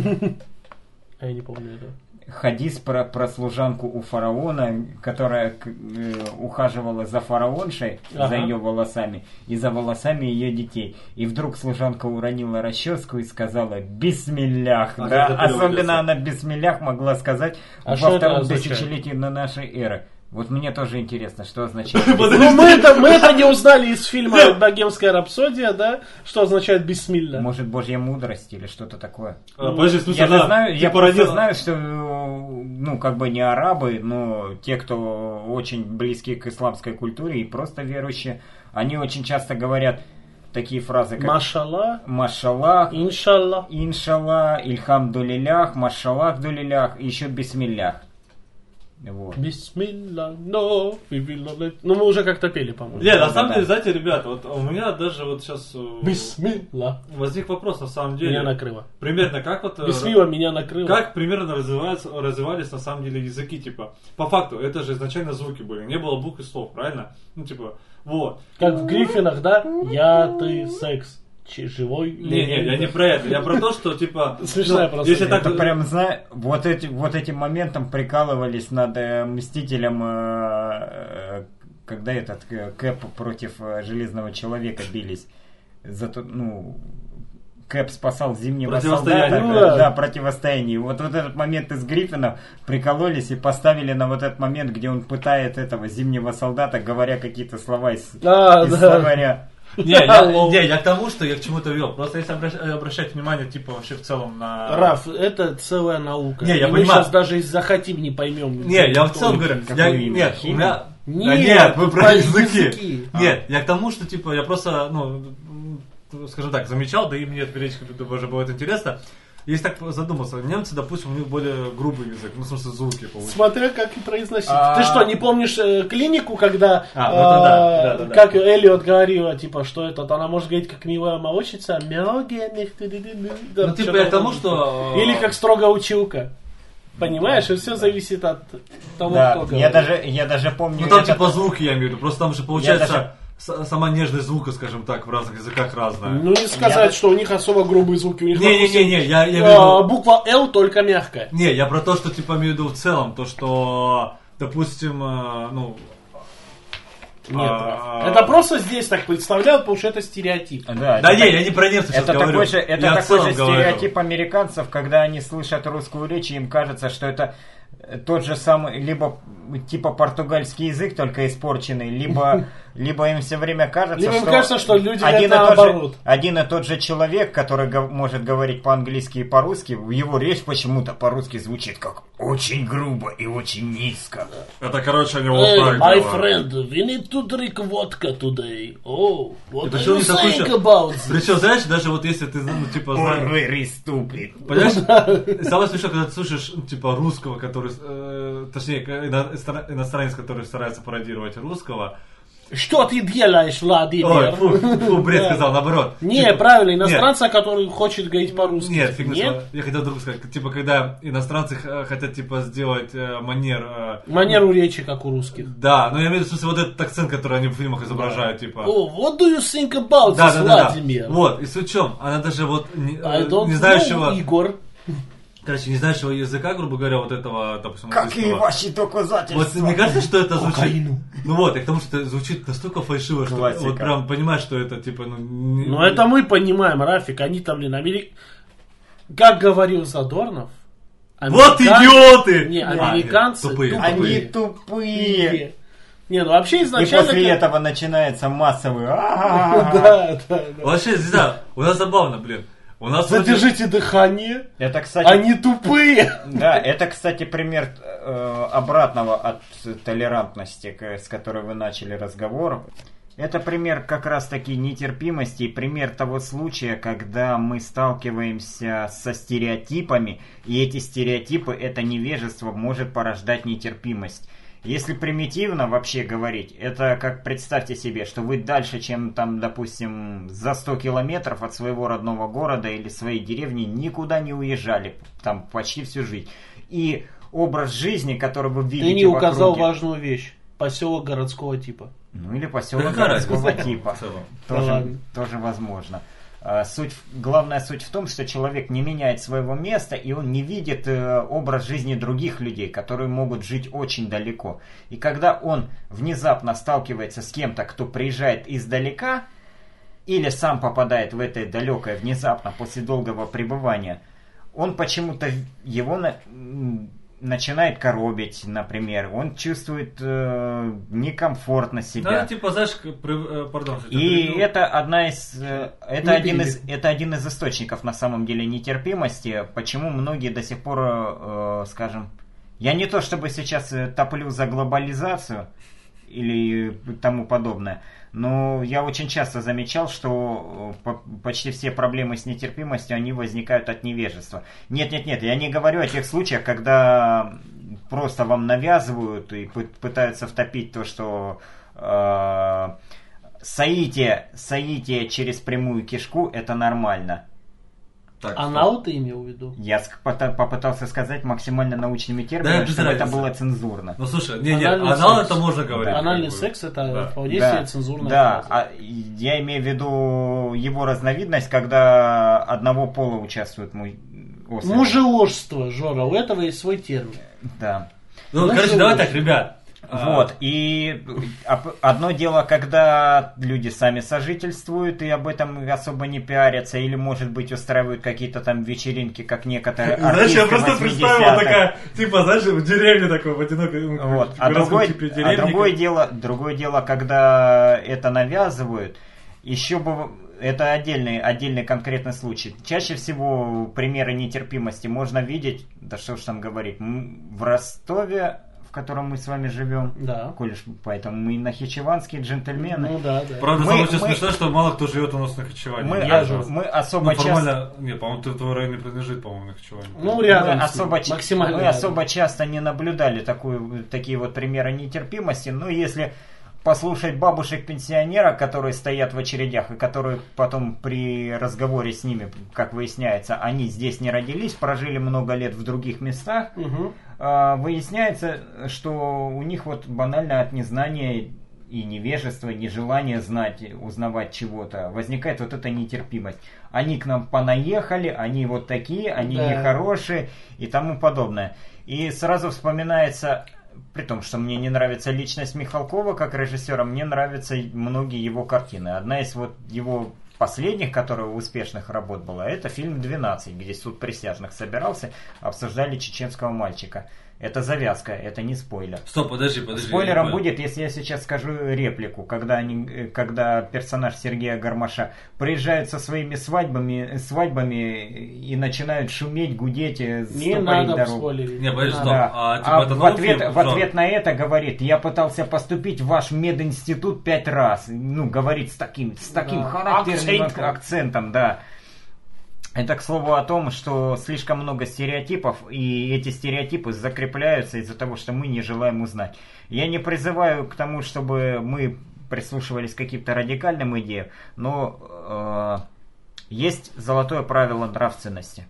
А я не помню это. Хадис про, про служанку у фараона, которая к- э, ухаживала за фараоншей, Ага. за ее волосами, и за волосами ее детей. И вдруг служанка уронила расческу и сказала «Бисмиллях». А Да, как это переводится? особенно она «Бисмиллях» могла сказать А что во это втором означает? тысячелетии на нашей эры. Вот мне тоже интересно, что означает. Ну, мы это, мы это не узнали из фильма «Богемская рапсодия», да? Что означает «бисмилля». Может, божья мудрость или что-то такое. Подожди, в смысле, Я же она знаю, я типа просто родила- знаю, что, ну, как бы не арабы, но те, кто очень близки к исламской культуре и просто верующие, они очень часто говорят такие фразы, как Машаллах, «Машаллах», иншаллах. «Иншаллах», «Ильхамдулилях», «Машаллах дулилях» и еще «Бисмиллях». Вот. Бисмилля, но, we will not let- Ну, мы уже как-то пели, по-моему. Не, на Да, самом да, деле, да. знаете, ребята, вот у меня даже вот сейчас Бисмилля. возник вопрос, на самом деле. Меня накрыло. Примерно как вот... э, Бисмилля меня накрыло. Как примерно развиваются, развивались на самом деле языки, типа, по факту, это же изначально звуки были, не было букв и слов, правильно? Ну, типа, вот. Как в Гриффинах, да? Я, ты, секс. Ч- живой. Не, не, я не про это, я про то, что, типа, Смешная ну, просто если идея. так... Это прям, знаю, вот, эти, вот этим моментом прикалывались над э, Мстителем, э, э, когда этот э, Кэп против э, Железного Человека бились. Зато, ну, Кэп спасал Зимнего Противостояние. солдата. Ну э, да. да, противостояние. Вот, вот этот момент из Гриффинов прикололись и поставили на вот этот момент, где он пытает этого Зимнего солдата, говоря какие-то слова из, А, из да. словаря. Не, я, не, я к тому, что я к чему-то вел. Просто если обращать, обращать внимание, типа, вообще в целом на... Раф, это целая наука. Не, я и понимаю. мы сейчас даже если захотим не поймем. Не, я в целом говорю, я, нет, у меня... Нет, нет, вы про языки. языки. Нет, а. я к тому, что, типа, я просто, ну, скажем так, замечал, да и мне периодически тоже бывает интересно. Если так задуматься, немцы, допустим, у них более грубый язык, ну, в смысле, звуки получаются. Смотря как и произносить. А... Ты что, не помнишь э, клинику, когда, а, вот а, да, да, да, да. как Эллиот говорила, типа, что это, она может говорить, как милая молочница, мягкая, ну, типа, я к тому, что... Или как строгая училка. Понимаешь, и все зависит от того, да, кто я говорит. даже, я даже помню... Ну, там, этот... типа, звуки, я имею в виду, просто там же получается... Сама нежность звука, скажем так, в разных языках разная. Ну не сказать, я... что у них особо грубые звуки. У них, не, допустим, не, не, не, я, я веду... буква Л только мягкая. Не, я про то, что типа имею в виду в целом, то что, допустим, ну. Нет, а... это просто здесь так представляют, потому что это стереотип. Да, да не, так... я не про немцев сейчас это говорю. Такой же, это я такой же говорю. стереотип американцев, когда они слышат русскую речь, и им кажется, что это тот же самый, либо типа португальский язык, только испорченный, либо, либо им все время кажется, либо им что, кажется, что люди один, это и наоборот. Же, один и тот же человек, который го- может говорить по-английски и по-русски, его речь почему-то по-русски звучит как очень грубо и очень низко. Это, короче, они вот hey, так my делают. friend, we need to drink vodka today. Oh, what это are you saying еще... about this? Причем, знаешь, даже вот если ты, ну, типа, знаешь... Very stupid. Понимаешь? Самое смешное, когда ты слушаешь, типа, русского, который... Э, точнее, иностранец, который старается пародировать русского. Что ты делаешь, Владимир? Ой, фу, фу, бред сказал, наоборот. Не, типа, правильно, иностранца, нет. который хочет говорить по-русски. Нет, фиг нет? Я хотел другу сказать, типа, когда иностранцы хотят, типа, сделать э, манер... Э, Манеру речи, как у русских. Да, но я имею в виду, в смысле, вот этот акцент, который они в фильмах изображают, да. типа... О, oh, what do you think about да, this, да, да, Владимир? Да. Вот, и суть в чем, она даже вот не, I don't не знающего... know, Игорь. Короче, не знающего языка, грубо говоря, вот этого, допустим, какие ваши доказательства? Вот не кажется, что это звучит... Кокаину. Ну вот, и к тому, что это звучит настолько фальшиво, что классика. Вот прям понимаешь, что это типа, ну... Не... Ну это мы понимаем, Рафик, они там, блин, Америк... Как говорил Задорнов... Американ... Вот идиоты! Не, американцы а, тупые. тупые. Они тупые. Не, ну вообще изначально... И после как... этого начинается массовый... Да, да, да. Вообще, не знаю, у нас забавно, блин. У нас Задержите вроде... дыхание. Это, кстати, они тупые. Да, это, кстати, пример э, обратного от толерантности, с которой вы начали разговор. Это пример как раз-таки нетерпимости и пример того случая, когда мы сталкиваемся со стереотипами, и эти стереотипы, это невежество может порождать нетерпимость. Если примитивно вообще говорить, это как представьте себе, что вы дальше, чем там, допустим, за сто километров от своего родного города или своей деревни никуда не уезжали, там почти всю жизнь. И образ жизни, который вы видите Ты не указал округе, важную вещь. Поселок городского типа. Ну или поселок городского типа. Тоже, тоже возможно. Суть, главная суть в том, что человек не меняет своего места, и он не видит э, образ жизни других людей, которые могут жить очень далеко. И когда он внезапно сталкивается с кем-то, кто приезжает издалека, или сам попадает в это далекое внезапно после долгого пребывания, он почему-то его на, начинает коробить, например. Он чувствует э, некомфортно себя. Да, типа, знаешь, при, пардон. И это одна из, это один из, это один из источников на самом деле нетерпимости. Почему многие до сих пор, э, скажем, я не то чтобы сейчас топлю за глобализацию или тому подобное, но я очень часто замечал, что почти все проблемы с нетерпимостью, они возникают от невежества. Нет, нет, нет, я не говорю о тех случаях, когда просто вам навязывают и пытаются втопить то, что э, соитие, соитие через прямую кишку это нормально. Так, анал ты имел в виду? Я попытался сказать максимально научными терминами, да, чтобы это было цензурно. Ну слушай, не, не, анал это можно говорить. Анальный секс это да. вполне да. себе цензурная Да, а я имею в виду его разновидность, когда одного пола участвуют му... мужеложство, Жора, у этого есть свой термин. Да. Ну, ну короче, давай так, ребят. Вот, и одно дело, когда люди сами сожительствуют и об этом особо не пиарятся, или, может быть, устраивают какие-то там вечеринки, как некоторые артисты. Знаешь, я просто представила такая, типа, знаешь, в деревне такой, в одинокой, вот. А, другой, типе, а другое дело, другое дело, когда это навязывают, еще бы... Это отдельный, отдельный конкретный случай. Чаще всего примеры нетерпимости можно видеть, да что ж там говорить, в Ростове, в котором мы с вами живем, да. Коль, поэтому мы нахичеванские джентльмены. Ну да, да. Правда, мы, самое мы, смешно, что мало кто живет у нас на Нахичеване. Мы, Я а, же. мы особо ну, формально, часто... нет, по-моему, твой район не принадлежит, по-моему, Нахичеване. Ну, рядом. Мы, особо, максимально мы рядом. особо часто не наблюдали такую, такие вот примеры нетерпимости. Но если послушать бабушек-пенсионерок, которые стоят в очередях, и которые потом при разговоре с ними, как выясняется, они здесь не родились, прожили много лет в других местах, угу. выясняется, что у них вот банально от незнания и невежества, нежелания знать, узнавать чего-то, возникает вот эта нетерпимость. Они к нам понаехали, они вот такие, они да. нехорошие и тому подобное. И сразу вспоминается... При том, что мне не нравится личность Михалкова как режиссера, мне нравятся многие его картины. Одна из вот его последних, которая успешных работ была, это фильм «двенадцать», где суд присяжных собирался, обсуждали чеченского мальчика. Это завязка, это не спойлер. Стоп, подожди, подожди. Спойлером будет, если я сейчас скажу реплику, когда, они, когда персонаж Сергея Гармаша приезжает со своими свадьбами, свадьбами и начинают шуметь, гудеть, не надо спойлерить. Не, подожди, стоп. Да. А, типа, а это в, ответ, фильм, в ответ на это говорит, я пытался поступить в ваш мединститут пять раз. Ну, говорит с таким, с таким да. характерным акцентом. акцентом, да. Это, к слову, о том, что слишком много стереотипов, и эти стереотипы закрепляются из-за того, что мы не желаем узнать. Я не призываю к тому, чтобы мы прислушивались к каким-то радикальным идеям, но э, есть золотое правило нравственности,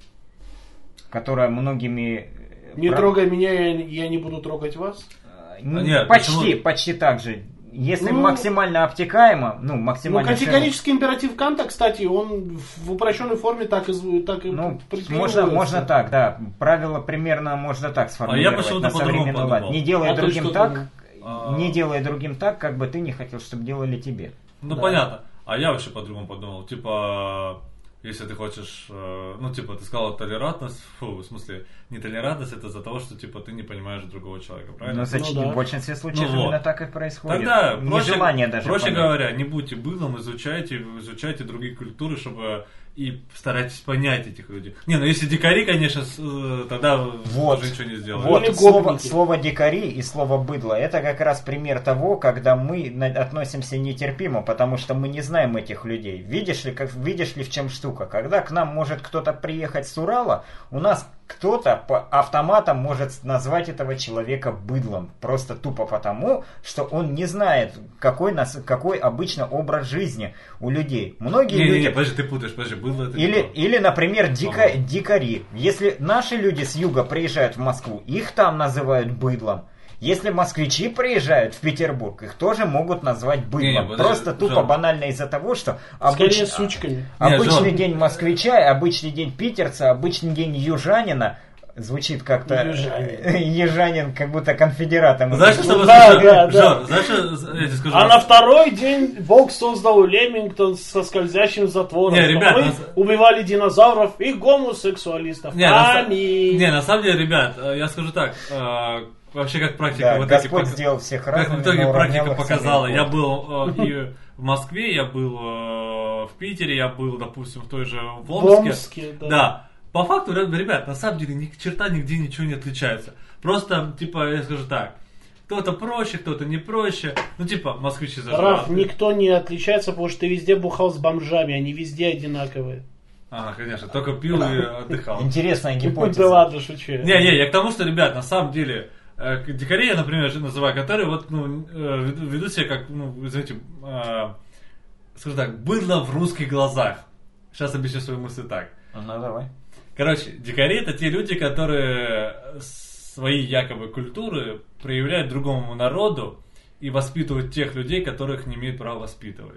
которое многими... Не прав... трогай меня, я, я не буду трогать вас? Ну, Нет, почти, почему? почти так же. Если Ну, максимально обтекаемо, ну, Ну, максимально... категорический императив Канта, кстати, он в упрощенной форме так и, так и Ну, приклеивается. можно, можно так, да. Правило примерно можно так сформулировать. А я почему-то на по-другому современный лад. подумал. Не делай А ты другим что так, думал? А. не делай другим так, как бы ты не хотел, чтобы делали тебе. Ну, Да. понятно. А я вообще по-другому подумал. Типа, если ты хочешь, э, ну, типа, ты сказал толерантность, фу, в смысле, нетолерантность, это из-за того, что, типа, ты не понимаешь другого человека, правильно? Но зачем? Ну, да. В большинстве случаев Ну, вот. именно так и происходит. Тогда, проще, Нежелание даже проще понять. говоря, не будьте быдлом, изучайте, изучайте другие культуры, чтобы и старайтесь понять этих людей. Не, ну если дикари, конечно, с- э, тогда Вот. тоже ничего не сделаешь. Вот, Или слово, гопники. слово «дикари» и слово «быдло» — это как раз пример того, когда мы на- относимся нетерпимо, потому что мы не знаем этих людей. Видишь ли, как, видишь ли, в чем штука? Когда к нам может кто-то приехать с Урала, у нас кто-то по автоматам может назвать этого человека быдлом. Просто тупо потому, что он не знает, какой, нас, какой обычно образ жизни у людей. Многие Не, люди... не, не, подожди, ты путаешь, подожди, было это Или, не то. или, например, дика, Ага. дикари. Если наши люди с юга приезжают в Москву, их там называют быдлом. Если москвичи приезжают в Петербург, их тоже могут назвать быдлом. Не, подожди, Просто тупо Жан. банально из-за того, что Скорее обыч- сучками. Не, обычный Жан. день москвича, обычный день питерца, обычный день южанина звучит как-то Южанин. южанин, как будто конфедератом. Знаешь, что Ну, да, вы да, да. Жор, знаешь, что я тебе скажу? А на второй день Бог создал Лемингтон со скользящим затвором. Не, чтобы ребят, мы нас- убивали динозавров и гомосексуалистов. Не, на, са- Аминь. не, на самом деле, ребят, э, я скажу так, э, вообще как практика Да, вот Господь эти... пок- сделал всех Как разными, в итоге но практика уравнял их показала. самим Я Богом. был э, и в Москве, я был э, в Питере, я был, допустим, в той же в Омске. В Омске, да. Да. По факту, ре- ребят, на самом деле ни черта нигде ничего не отличается. Просто, типа, я скажу так, кто-то проще, кто-то не проще. Ну, типа, москвичи Раф, зажрали. никто не отличается, потому что ты везде бухал с бомжами, они везде одинаковые. Ага, конечно, только пил и отдыхал. Интересная Да гипотеза. ладно, шучу. Не-не, я к тому, что, ребят, на самом деле, э, дикари, я, например, же называю, которые вот, ну, э, веду- ведут себя как, ну, извините, э, скажу так, быдло в русских глазах. Сейчас объясню свою мысль так. Ну, давай. Короче, дикари это те люди, которые свои якобы культуры проявляют другому народу и воспитывают тех людей, которых не имеют права воспитывать.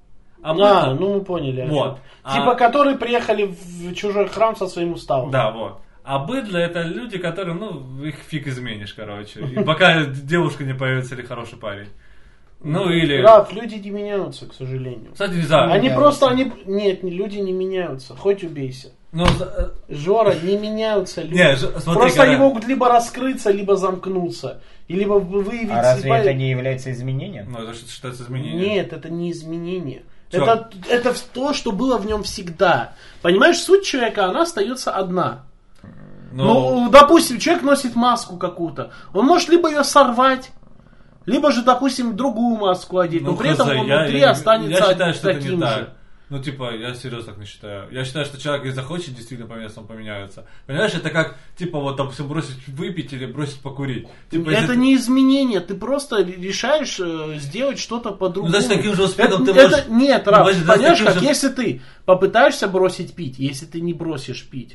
А А, мы- ну мы поняли. о чем. Вот. Типа, А- которые приехали в чужой храм со своим уставом. Да, вот. А быдло это люди, которые, ну, их фиг изменишь, короче. И пока девушка не появится или хороший парень. Ну или... Раф, люди не меняются, к сожалению. Кстати, не знаю. Они меняются. просто, они... Нет, не- люди не меняются, хоть убейся. Ну, за- Жора, не меняются люди. Не, Ж- смотри, Просто когда- они могут либо раскрыться, либо замкнуться. И либо выявить А разве себя- это не является изменением? Ну, это что считается изменением? Нет, это не изменение. Это, это то, что было в нем всегда. Понимаешь, суть человека, она остается одна. Но... Ну, допустим, человек носит маску какую-то. Он может либо ее сорвать, либо же, допустим, другую маску одеть. Но ну, при этом хз, он я, внутри я, останется я считаю, что таким это не же. так. Ну, типа, я серьезно так не считаю. Я считаю, что человек, если захочет действительно поменяться, он поменяется. Понимаешь, это как, типа, вот, допустим, бросить выпить или бросить покурить. Типа, это ты... не изменение, ты просто решаешь э, сделать что-то по-другому. Ну, значит, таким же успехом это, ты можешь... Это, нет, ну, Раф, значит, понимаешь, как, же... если ты попытаешься бросить пить, если ты не бросишь пить.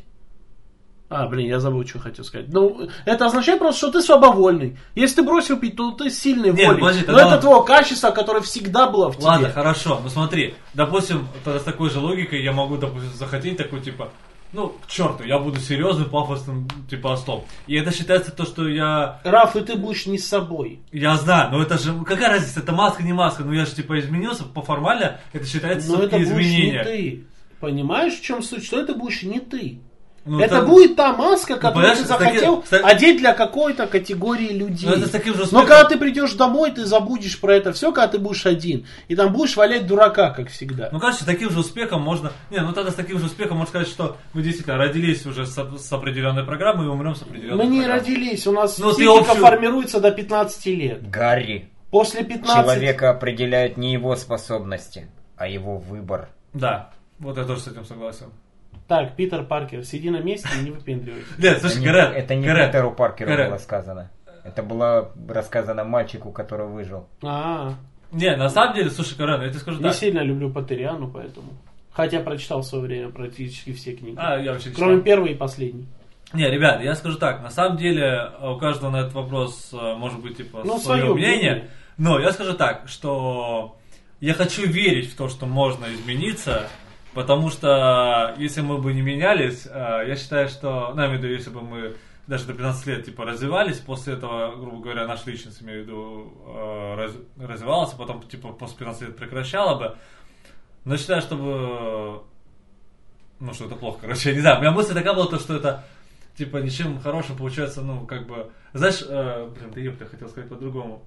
А, блин, я забыл, что хотел сказать. Ну, это означает просто, что ты слабовольный. Если ты бросил пить, то ты сильный волей. Но это ладно. Твое качество, которое всегда было в тебе. Ладно, хорошо. Ну смотри, допустим, тогда с такой же логикой я могу, допустим, захотеть такой, типа, ну, к черту, я буду серьезным, пафосным, типа, ослом. И это считается то, что я... Раф, и ты будешь не с собой. Я знаю, но это же, какая разница, это маска, не маска, ну я же, типа, изменился, по формально это считается но все-таки изменение. Но это будешь не ты. Понимаешь, в чем суть? Что это будешь не ты. Ну, это так... будет та маска, которую ну, ты захотел таким... одеть для какой-то категории людей. Ну, это с таким же успехом... Но когда ты придешь домой, ты забудешь про это все, когда ты будешь один. И там будешь валять дурака, как всегда. Ну, кажется, с таким же успехом можно... Не, ну тогда с таким же успехом можно сказать, что мы действительно родились уже с, с определенной программой и умрем с определенной программой. Мы не программой. родились, у нас ну, психика общую... формируется до пятнадцати лет. Гарри. После пятнадцати... Человека определяют не его способности, а его выбор. Да, вот я тоже с этим согласен. Так, Питер Паркер, сиди на месте и не выпендривайся. Нет, слушай, это, Гарет, не, это не Гарет, Питеру Паркеру Гарет. было сказано. Это было рассказано мальчику, который выжил. А, не, на самом деле, слушай, Карен, я тебе скажу не так. Не сильно люблю Поттериану, поэтому. Хотя прочитал в свое время практически все книги. А, я вообще Кроме первой и последней. Не, ребят, я скажу так, на самом деле у каждого на этот вопрос может быть типа ну, свое мнение. мнение. Но я скажу так, что я хочу верить в то, что можно измениться. Потому что если мы бы не менялись, я считаю, что, ну, я имею в виду, если бы мы даже до пятнадцати лет типа развивались, после этого, грубо говоря, наша личность, имею в виду, раз, развивалась, а потом типа после пятнадцати лет прекращала бы. Но считаю, чтобы, ну, что это плохо, короче, я не знаю. У меня мысль такая была, то, что это типа ничем хорошим получается, ну, как бы, знаешь, э, блин, да ёпта, я хотел сказать по-другому.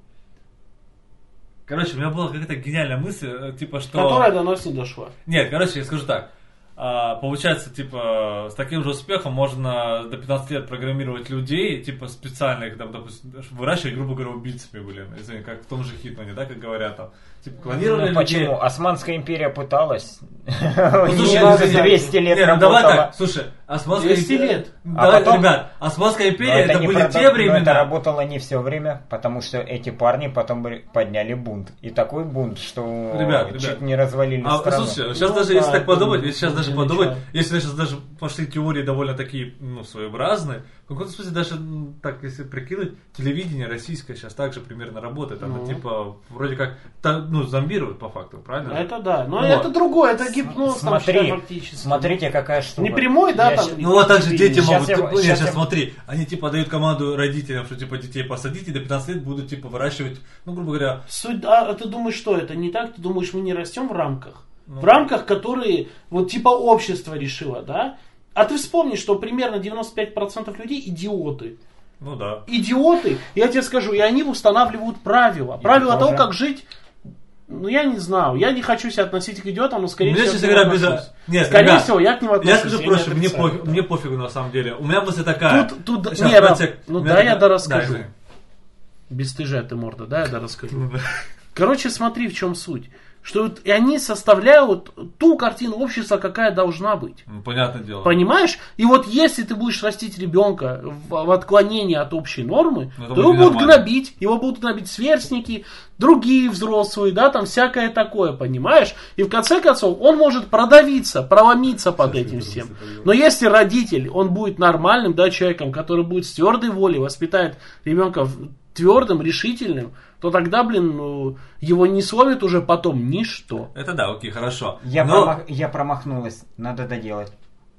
Короче, у меня была какая-то гениальная мысль, типа, что... Которая до нас не дошла. Нет, короче, я скажу так. А, получается, типа, с таким же успехом можно до пятнадцати лет программировать людей, типа, специально их, там, допустим, выращивать, грубо говоря, убийцами, блин. Извини, как в том же Хитмане, да, как говорят там. Типа, клонировали ну, людей. почему? Османская империя пыталась. Ну, слушай, двести лет не, ну, давай так, слушай, Османская империя... лет. Давай, потом... ребят, Османская империя, это, это были продав... те времена... Но это работало не все время, потому что эти парни потом подняли бунт. И такой бунт, что ребят, чуть ребят. не развалили а, страну. Слушай, сейчас ну, даже, да, если так подумать, если сейчас даже подумать, начала. если сейчас даже пошли теории довольно такие, ну, своеобразные, в каком-то смысле даже, так, если прикинуть, телевидение российское сейчас также примерно работает. Оно, ну. типа, вроде как, та, ну, зомбирует по факту, правильно? Это да, но вот. Это другое, это гипноз, Смотри, там, считай, фактически. Смотрите, какая штука. Не прямой, да, я там? Щ... Ну, вот так же дети сейчас могут, я, типа, сейчас нет, сейчас я... смотри, они, типа, дают команду родителям, что, типа, детей посадить, и до пятнадцати лет будут, типа, выращивать, ну, грубо говоря... Суть, а, а ты думаешь, что это не так? Ты думаешь, мы не растем в рамках? Ну, в рамках, которые, вот, типа, общество решило, да? А ты вспомни, что примерно девяносто пять процентов людей идиоты. Ну, да. Идиоты, я тебе скажу, и они устанавливают правила. И правила тоже. того, как жить... Ну, я не знаю. Я не хочу себя относить к идиотам, но, скорее Мне, всего, честно говоря, без... Нет, скорее ребят, всего, я к ним отношусь. Я скажу проще, мне, по, мне пофигу на самом деле. У меня мысль такая. Тут, тут, Сейчас, не, братик, ну меня да, такая... я да расскажу. Да, Бесстыжая ты морда, да, я да расскажу. Короче, смотри, в чем суть. Что вот, и они составляют ту картину общества, какая должна быть. Ну, понятное дело. Понимаешь? И вот если ты будешь растить ребенка в, в отклонении от общей нормы, ну, то его будут грабить, его будут грабить сверстники, другие взрослые, да, там всякое такое, понимаешь? И в конце концов он может продавиться, проломиться под Сейчас этим всем. Но если родитель, он будет нормальным, да, человеком, который будет с твердой волей воспитает ребенка твердым, решительным, то тогда, блин, ну, его не словит уже потом ничто. Это да, окей, хорошо. Я, Но... промах... я промахнулась, надо доделать.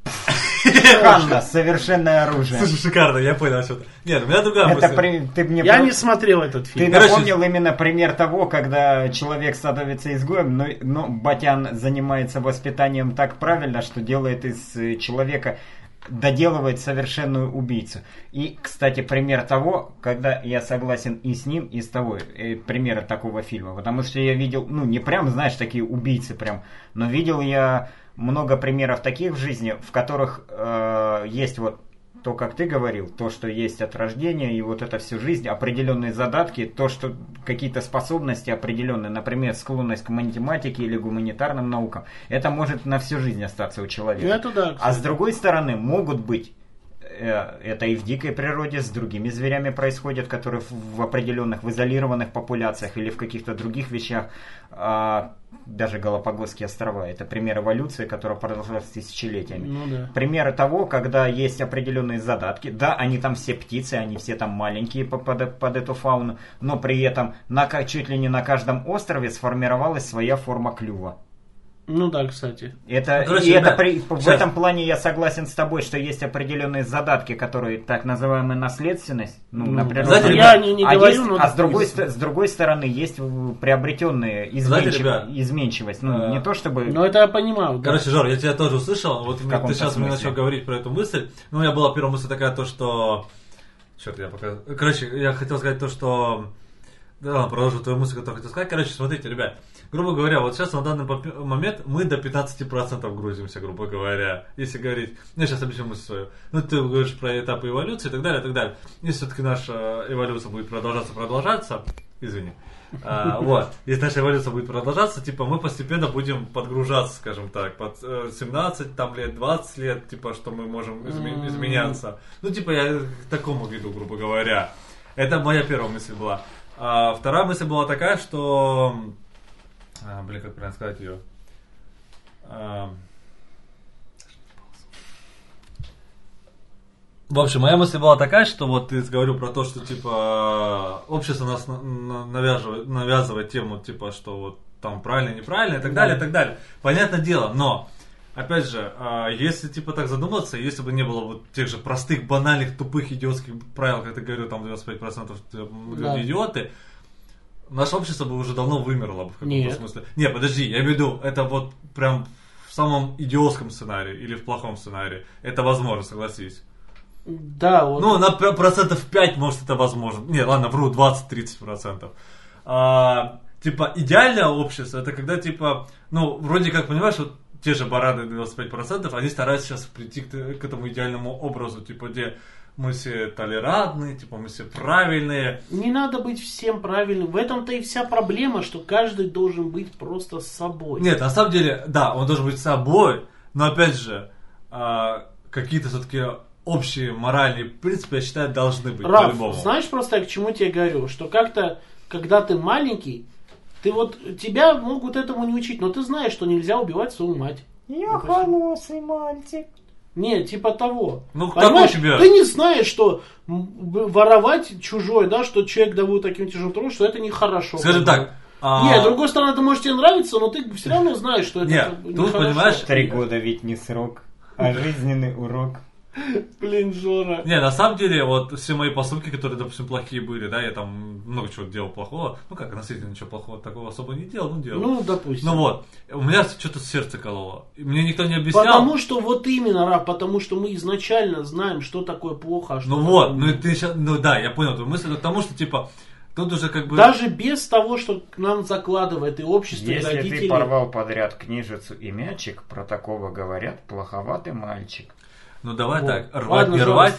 Шикарно, совершенное оружие. Слушай, шикарно, я понял что-то. Нет, у меня другая мысль. При... Ты мне я про... не смотрел этот фильм. Ты Короче... напомнил именно пример того, когда человек становится изгоем, но, но Батян занимается воспитанием так правильно, что делает из человека доделывает совершенную убийцу. И, кстати, пример того, когда я согласен и с ним, и с тобой, э, примеры такого фильма. Потому что я видел, ну, не прям, знаешь, такие убийцы прям, но видел я много примеров таких в жизни, в которых э, есть вот то, как ты говорил, то, что есть от рождения, и вот это всю жизнь, определенные задатки, то, что какие-то способности определенные, например, склонность к математике или гуманитарным наукам, это может на всю жизнь остаться у человека. Это да, а с другой стороны, могут быть, э, это и в дикой природе, с другими зверями происходит, которые в, в определенных, в изолированных популяциях или в каких-то других вещах, э, даже Галапагосские острова, это пример эволюции, которая продолжалась тысячелетиями. Ну, да. Примеры того, когда есть определенные задатки. Да, они там все птицы, они все там маленькие под, под эту фауну, но при этом на, чуть ли не на каждом острове сформировалась своя форма клюва. Ну да, кстати. Это, Короче, и ребят, это при, в сейчас. этом плане я согласен с тобой, что есть определенные задатки, которые так называемая наследственность, ну, Ну, на природном знаете, уровне. я не, не а говорю, есть- но... а с другой, допустим. ст- с другой стороны есть приобретенные Знаете, изменчив- ребят, изменчивость. Ну, э, не то чтобы... Ну это я понимаю. да. Короче, Жор, я тебя тоже услышал. Вот мне- каком-то ты сейчас мне смысле? начал говорить про эту мысль. Ну, у меня была первая мысль такая, то, что... Что-то я пока... Короче, я хотел сказать то, что... Да, ладно, продолжу твою мысль, которую хотел сказать. Короче, смотрите, ребят. Грубо говоря, вот сейчас на данный попи- момент мы до пятнадцати процентов грузимся, грубо говоря. Если говорить... Ну, я сейчас объясню мысль свою. Ну, ты говоришь про этапы эволюции и так далее, и так далее. Если все-таки наша эволюция будет продолжаться, продолжаться... Извини. А, вот. Если наша эволюция будет продолжаться, типа мы постепенно будем подгружаться, скажем так, под э, семнадцать там, лет, двадцать лет, типа, что мы можем изме- изменяться. Ну, типа, я к такому веду, грубо говоря. Это моя первая мысль была. А вторая мысль была такая, что... А, блин, как правильно сказать ее? А... В общем, моя мысль была такая, что вот ты говорил про то, что типа общество нас на- на- навязывает, навязывает тему, типа, что вот там правильно, неправильно и так далее, и так далее. Понятное дело, но опять же, а, если типа так задуматься, если бы не было вот тех же простых, банальных, тупых, идиотских правил, как ты говорил, там девяносто пять процентов люди Да. идиоты, наше общество бы уже давно вымерло бы в каком-то Нет. смысле. Не, подожди, я имею в виду, это вот прям в самом идиотском сценарии или в плохом сценарии. Это возможно, согласись. Да, вот. Ну, на п- процентов пять, может, это возможно. Не, ладно, вру, двадцать-тридцать процентов. А, типа, идеальное общество, это когда, типа, ну, вроде как, понимаешь, вот те же бараны девяносто пять процентов, они стараются сейчас прийти к, к этому идеальному образу, типа, где мы все толерантные, типа, мы все правильные. Не надо быть всем правильным. В этом-то и вся проблема, что каждый должен быть просто с собой. Нет, на самом деле, да, он должен быть собой, но, опять же, а, какие-то все-таки общие моральные принципы, я считаю, должны быть Раф, по-любому. знаешь просто я к чему тебе говорю? Что как-то, когда ты маленький, ты вот, тебя могут этому не учить, но ты знаешь, что нельзя убивать свою мать. Я хороший мальчик. Не, типа того. Ну, Понимаешь, такой тебе. ты не знаешь, что м, воровать чужое, да, что человек добыл таким тяжелым трудом, что это нехорошо. Скажем так. а, Не, с другой стороны, это может тебе нравиться, но ты все равно знаешь, что это Не, как бы тут, нехорошо. понимаешь, Три года ведь не срок, а жизненный урок. Блин, Жора. Не, на самом деле, вот все мои поступки, которые, допустим, плохие были, да, я там много чего делал плохого. Ну как, относительно ничего плохого такого особо не делал, ну делал. Ну, допустим. Ну вот, у меня что-то сердце кололо. И мне никто не объяснял. Потому что вот именно, Раф, потому что мы изначально знаем, что такое плохо, а что Ну такое вот, не. ну и ты сейчас, ну да, я понял твою мысль, потому что, типа, тут уже как бы... Даже без того, что к нам закладывает и общество, и Если родители. ты порвал подряд книжицу и мячик, про такого говорят, плоховатый мальчик. Ну давай Вот. так, рвать Ладно, не Жора. рвать.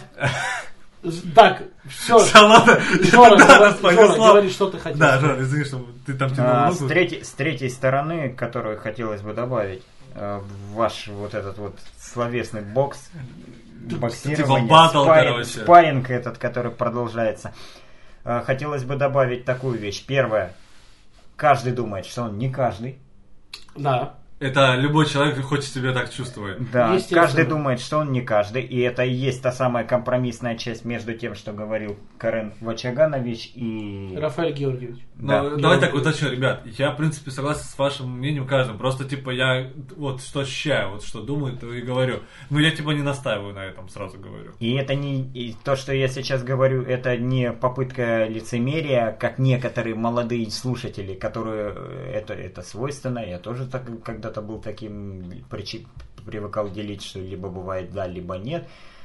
Так, все. Салата, Жора, да, говори, нас Жора, понесло. говори, что ты хотел. Да, Жора, извини, что ты там тянул А, с, руку. третьей, с третьей стороны, которую хотелось бы добавить, э, в ваш вот этот вот словесный бокс, боксирование, типа батл, спарринг, короче. спарринг этот, который продолжается, э, хотелось бы добавить такую вещь. Первое, каждый думает, что он не каждый. Да. Это любой человек хочет себя так чувствовать. Да, Естественно. каждый думает, что он не каждый, и это и есть та самая компромиссная часть между тем, что говорил Карен Вачаганович и... Рафаэль Георгиевич. Да. Ну, давай так уточню, ребят. Я, в принципе, согласен с вашим мнением каждым. Просто, типа, я вот что ощущаю, вот что думаю, то и говорю. Ну, я, типа, не настаиваю на этом, сразу говорю. И это не и то, что я сейчас говорю, это не попытка лицемерия, как некоторые молодые слушатели, которые это, это свойственно. Я тоже так, когда-то был таким причи- привыкал делить, что либо бывает да, либо нет.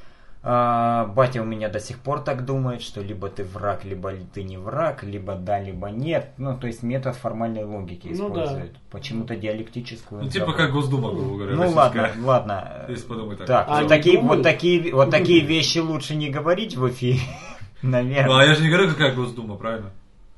А, батя у меня до сих пор так думает, что либо ты враг, либо ты не враг, либо да, либо нет. Ну, то есть метод формальной логики Ну, использует. да. Почему-то диалектическую. Ну, типа забыл. как Госдума, грубо говоря, Ну российская. ладно, ладно. Если подумать так. Так, А вот, не такие, думаю. вот, такие, вот такие вещи лучше не говорить в эфире, Ну, наверное. а я же не говорю, какая Госдума, правильно?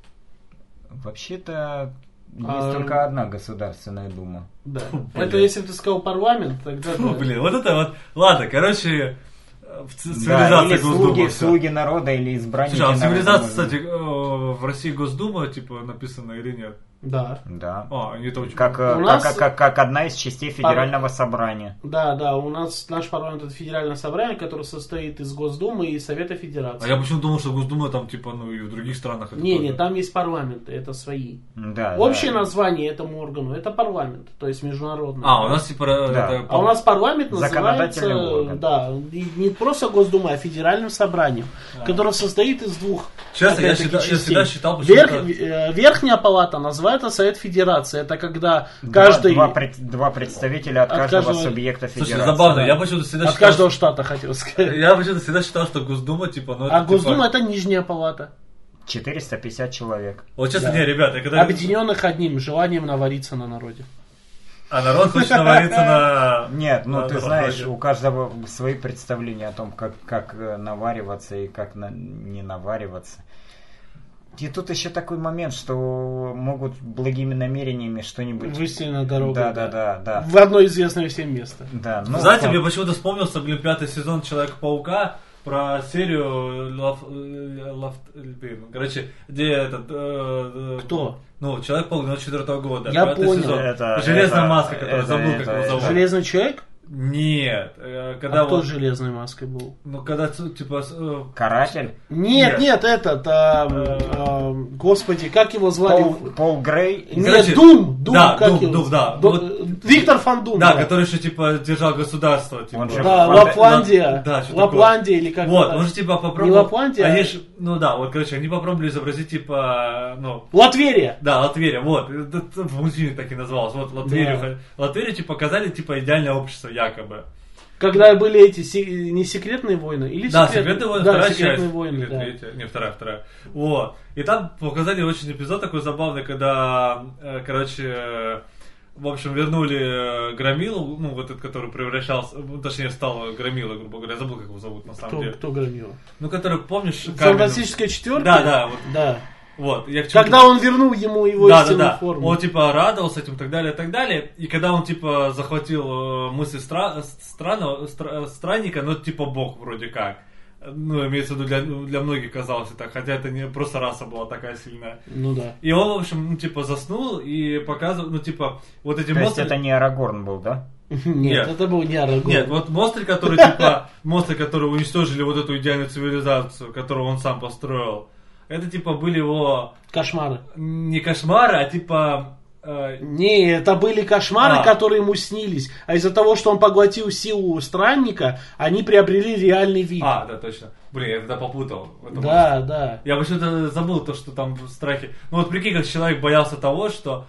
Вообще-то есть А, только одна Государственная Дума. Да. Блин. Это если бы ты сказал парламент, тогда... Ну, да. блин, вот это вот... Ладно, короче, в ц- Да, цивилизация или Госдума. слуги, всё. слуги народа, или избранники Слушай, а в народа, цивилизации, может кстати, быть. э, в России Госдума, типа, написано или нет? Да. Да. А, они это очень... Как, э, У как, нас- как, как одна из частей Федерального собрания. Да, да, у нас наш парламент это федеральное собрание, которое состоит из Госдумы и Совета А Федерации. я почему думал, что Госдума там, типа, ну, и в других странах это Не, тоже. не, там есть парламенты, это свои. Да, Общее да. название этому органу это парламент, то есть международный. А, у нас, типа, э, Да. это... А у нас парламент называется, Законодательный орган. да, и не просто Госдума, а федеральным собранием, которое состоит из двух. Честно, я опять-таки, всегда- я частей. всегда считал, почему-то- Верх- э, Верхняя палата называется Совет Федерации. Это когда Два, каждый два, пред- два представителя от, От каждого, каждого- субъекта Слушай, федерации. забавно, да. я почему-то всегда от считал... каждого штата хотел сказать. Я почему-то всегда считал, что Госдума, типа, ну, это, А типа... Госдума это нижняя палата. четыреста пятьдесят человек. Вот честно, Да. не, ребята, я когда... Объединенных одним желанием навариться на народе. А народ хочет навариться на... Нет, ну на- ты на знаешь, народе. у каждого свои представления о том, как, как э, навариваться и как на- не навариваться. И тут еще такой момент, что могут благими намерениями что-нибудь... Вывести на дорогу. Да, да, да, да. В одно известное всем место. Да, ну, Знаете, вот. мне почему-то вспомнился, блин, пятый сезон Человека-паука про серию Лав... э, Лав... блин, короче, где этот... э, э, Кто? Ну, Человек-паук двадцать четвёртого года. Я пятый понял. сезон. Это- Железная это- маска, которая это- забыл, это- как его это- зовут. Железный человек? Нет, э, когда А кто вот... с железной маской был? Ну, когда, ц- типа... с- э, Каратель. Нет, Нет. нет, этот, а, а, господи, как его звали? Пол, Пол Грей. Нет, Короче, Дум, Дум, да, как Дум, его? Дум, да. Ду- Вот- Виктор Фан Дум. Да, который еще, типа, держал государство. Типа. Он же- Да, Фан- Лапландия. Да, что Лапландия или как Вот, это? он же, типа, попробовал... Не Лапландия, Они а- ж- ну да, вот, короче, они попробовали изобразить, типа, ну... Латверия. Да, Латверия, вот. Это- это в мультфильме так и называлось. Вот Латверию, Да. Латверию, типа, показали, типа, идеальное общество, якобы. Когда были эти се- не секретные войны или Да, секретные, секретные войны, да, вторая секретные часть. войны, Или да. третья. Не, вторая, вторая. Вот. И там показали очень эпизод такой забавный, когда, э, короче, э, в общем, вернули э, Громилу, ну, вот этот, который превращался, ну, точнее, стал Громилой, грубо говоря, я забыл, как его зовут на самом Кто, деле. кто громил? Ну, который, помнишь, каменным- Фантастическая четверка? Да, да, вот. Да. Вот, я к чему- Когда он вернул ему его да, да, истинную да. форму. Он типа радовался этим и так далее, и так далее. И когда он типа захватил э, мысли стра- странного, стра- странника, ну типа бог вроде как. Ну, имеется в виду, для, для многих казалось так, хотя это не просто раса была такая сильная. Ну да. И он, в общем, ну, типа, заснул и показывал, ну, типа, вот эти То есть монстры... это не Арагорн был, да? Нет, Нет. это был не Арагорн. Нет, вот монстры, которые, типа, монстры, которые уничтожили вот эту идеальную цивилизацию, которую он сам построил, это, типа, были его Кошмары. не кошмары, а, типа... э, Не, это были кошмары, А. которые ему снились. А из-за того, что он поглотил силу странника, они приобрели реальный вид. А, да, точно. Блин, я тогда попутал. Это Да, да. Я почему-то забыл то, что там в страхе. Ну вот прикинь, как человек боялся того, что,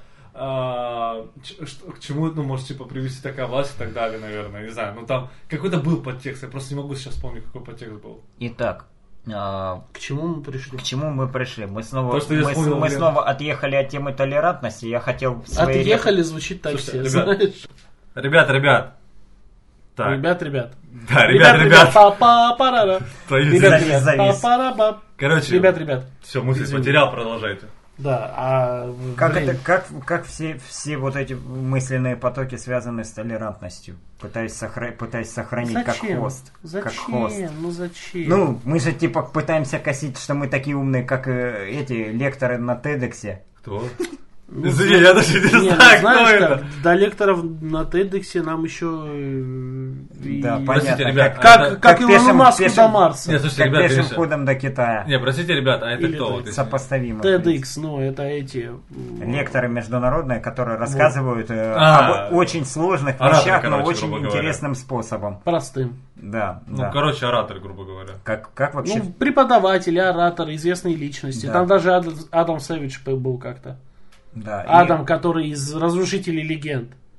а, ч- что- к чему, ну, может, типа, привести такая власть и так далее, наверное, не знаю. Ну там какой-то был подтекст, я просто не могу сейчас вспомнить, какой подтекст был. Итак, а, К чему мы пришли? к чему мы пришли? Мы снова, То, что я мы, с- вспомнил, мы блин. снова отъехали от темы толерантности. Я хотел в своей Отъехали звучит так Слушайте, все, ребят, знаешь. Ребят, ребят. Так. Ребят, ребят. Да, ребят, ребят. па-па-парара. Твою Ребят, завис. ребят. завис. па-пара-ба. Короче, Ребят, ребят. все, мысль извини. потерял, продолжайте. Да, а... Как, блин, это, как, как все, все вот эти мысленные потоки связаны с толерантностью? Пытаюсь, сохра- пытаюсь сохранить как Зачем? хост. Зачем? Как хост. Ну зачем? Ну, мы же типа пытаемся косить, что мы такие умные, как э, эти лекторы на тедексе. Кто? Ну, Извини, я даже не не, ну, знаю, кто знаешь это. как, до лекторов на TEDx нам еще... э, и- Да, Простите, понятно. ребят, Как, Как, Это- как, как Илону пешим- Маску пешим- до Марса. Нет, слушайте, как ребят, пешим конечно. ходом до Китая. Не, простите, ребят, а это Или кто? это Вот, если- Сопоставимо. в принципе. TEDx, ну это эти... м, Лекторы международные, которые рассказывают э, А. об очень сложных Ораторы, вещах, но короче, очень грубо говоря. интересным способом. Простым. Да, Ну, да. короче, оратор, грубо говоря. Как, как вообще... Ну, преподаватели, ораторы, известные личности. Да. Там даже Адам, Адам Сэвидж был как-то. да, и- Адам, который из Разрушителей легенд.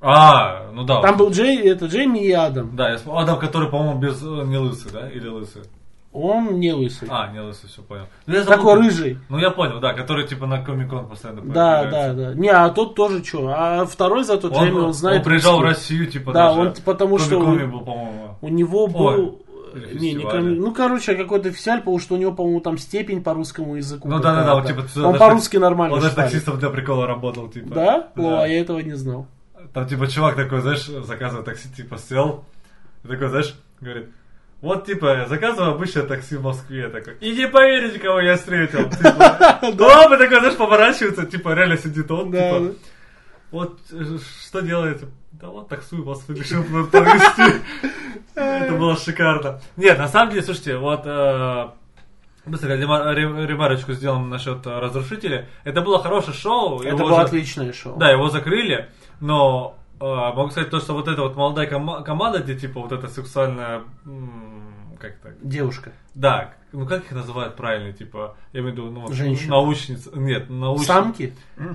А, ну да. Там был Джей, это Джейми и Адам. Да, я вспомнил. Адам, который, по-моему, без... не лысый, да? Или лысый? Он не лысый. А, не лысый, все понял. Ну, я Такой забыл, рыжий. Ну, я понял, да, который, типа, на Комик-кон постоянно Да, появляется. да, да. Не, а тот тоже что? А второй зато Он, Джейми, он знает. он приезжал в русский. Россию, типа, Да, даже. он потому что Комик-коне он- был, по-моему. У него был... Или Не, не фестивале. коми- ну, короче, какой-то фестиваль, потому что у него, по-моему, там степень по русскому языку. Ну, да-да-да, он, какая-то. типа... Он даже по-русски нормально Он даже шпарит. таксистом для прикола работал, типа. Да? О, Да. а я этого не знал. Там, типа, чувак такой, знаешь, заказывает такси, типа, сел. И такой, знаешь, говорит, вот, типа, я заказываю обычное такси в Москве. Такой, и не поверите, кого я встретил. Типа, да, такой, знаешь, поворачивается, типа, реально сидит он, Да, типа, да. вот, э, что делаете? Да вот, таксую вас решил повезти. Это было шикарно. Нет, на самом деле, слушайте, вот... э, Быстро рема- ре- ремарочку сделаем насчет э, разрушителя. Это было хорошее шоу. Это его было за- отличное шоу. Да, его закрыли, но э, могу сказать то, что вот эта вот молодая кома- команда, где типа вот эта сексуальная, м, как так, Девушка. да, ну как их называют правильно, типа, я имею в виду, ну, вот, Женщина. научница, нет, научница. Самки?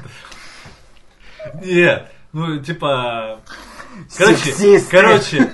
Нет, ну типа, короче, Сексисты. короче,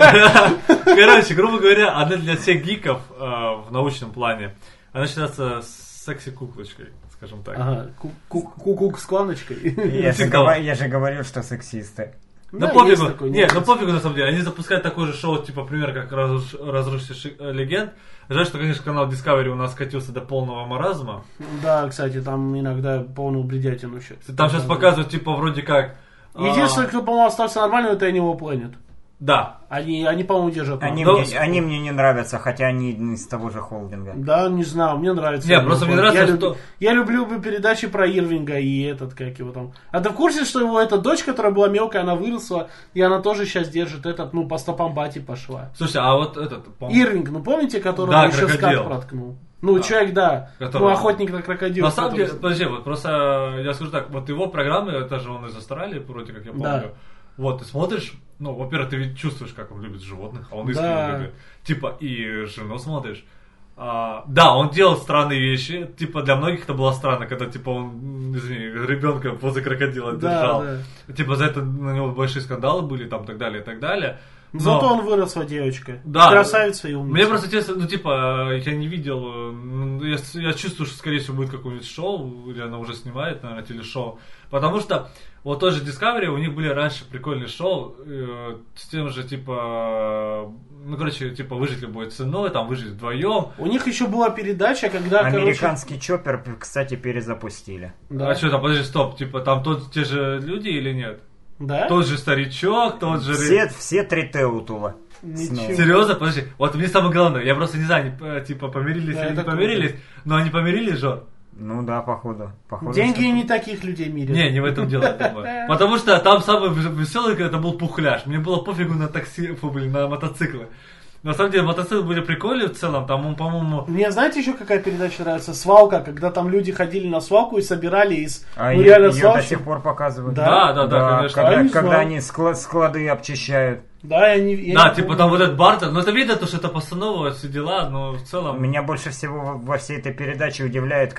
короче, грубо говоря, она для всех гиков э, в научном плане, она считается секси-куклочкой, скажем так. Ага. Ку-ку с кланочкой. Я же, Типа. говор- я же говорил, что сексисты. Ну Да, пофигу, есть такой нет, ну нюанс. пофигу на самом деле. Они запускают такое же шоу, типа, пример, как «Разруш- «Разрушитель легенд». Жаль, что, конечно, канал Discovery у нас скатился до полного маразма. Да, кстати, там иногда полную бредятину сейчас. Там сейчас показывают, типа, вроде как... а, Единственное, кто, по-моему, остался нормальным, это Animal Planet. Да. Они, они по-моему, держат. Они, Ну, мне, они мне не нравятся, хотя они из того же холдинга. Да, не знаю, мне нравится. Не, Animal просто мне Planet. нравится, я, что- люб- я люблю бы передачи про Ирвинга и этот, как его там. А ты в курсе, что его эта дочь, которая была мелкая, она выросла, и она тоже сейчас держит этот, ну, по стопам бати пошла. Слушай, а вот этот... по-моему, Ирвинг, ну помните, которого Да, еще крокодил. скат проткнул? Ну, человек, да. Который- Ну, охотник на крокодила. На самом который- деле, подожди, вот просто я скажу так, вот его программы, это же он из Австралии, вроде как я помню. Да. Вот, ты смотришь, ну, во-первых, ты ведь чувствуешь, как он любит животных, а он Да. искренне любит. Типа, и жену смотришь. А, да, он делал странные вещи. Типа, для многих это было странно, когда, типа, он, м, извини, ребенка возле крокодила Да, держал. да. Типа, за это на него большие скандалы были, там, так далее, и так далее. Но- Зато он выросла девочка. Да. Красавица и умница. Мне просто интересно, ну, типа, я не видел, э, ну, я, с- я чувствую, что, скорее всего, будет какое-нибудь шоу, или она уже снимает, наверное, телешоу. Потому что, вот тоже Discovery, у них были раньше прикольные шоу, э, с тем же, типа, ну, короче, типа, выжить любой ценой, там, выжить вдвоем. У них еще была передача, когда, Американский чоппер, кстати, перезапустили. короче... Да. А что там, подожди, стоп, типа, там тот, те же люди или нет? Да? Тот же старичок, тот же... Все, все три Теутула. Ничего. Серьезно? Подожди, вот мне самое главное, я просто не знаю, они, э, типа, помирились Да, или не это круто. помирились, но они помирились же. Ну да, походу. походу Деньги что- не таких людей мирят. Не, не в этом дело, я думаю. Потому что там самый веселый, это был пухляж. Мне было пофигу на такси, фу, блин, на мотоциклы. На самом деле, мотоциклы были прикольные в целом, там, он, по-моему... Мне знаете еще какая передача нравится? Свалка, когда там люди ходили на свалку и собирали из... А ну, ее, реально ее до свалки. сих пор показывают. Да? Да, да, да, конечно. Когда, Я не когда знал. они скла- склады обчищают. Да, я не... я Да, не типа помню. там вот этот бартер, ну это видно, то, что это постанова, все дела, но в целом... Меня больше всего во- во всей этой передаче удивляет,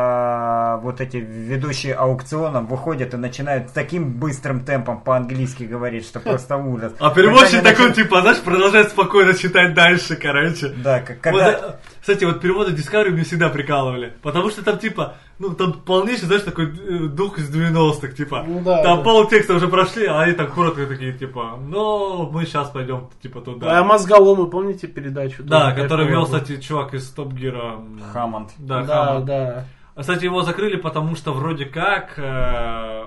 когда вот эти ведущие аукционом выходят и начинают таким быстрым темпом по-английски говорить, что просто ужас. А переводчик Когда они такой, начи- типа, знаешь, продолжает спокойно читать дальше, короче. Да, как- Вот, когда... э, кстати, вот переводы Discovery мне всегда прикалывали. Потому что там, типа, ну, там полнейший, знаешь, такой э, дух из девяностых, типа. Ну да, там да. полтекста уже прошли, а они там коротко такие, типа, ну, мы сейчас пойдем, типа, туда. А мозголомы, помните передачу? Да, Тоже который вел, такая кстати, чувак из Топ Гира. Хаммонд. Да, была. Да, Хаммонд. да. А, кстати, его закрыли, потому что вроде как э,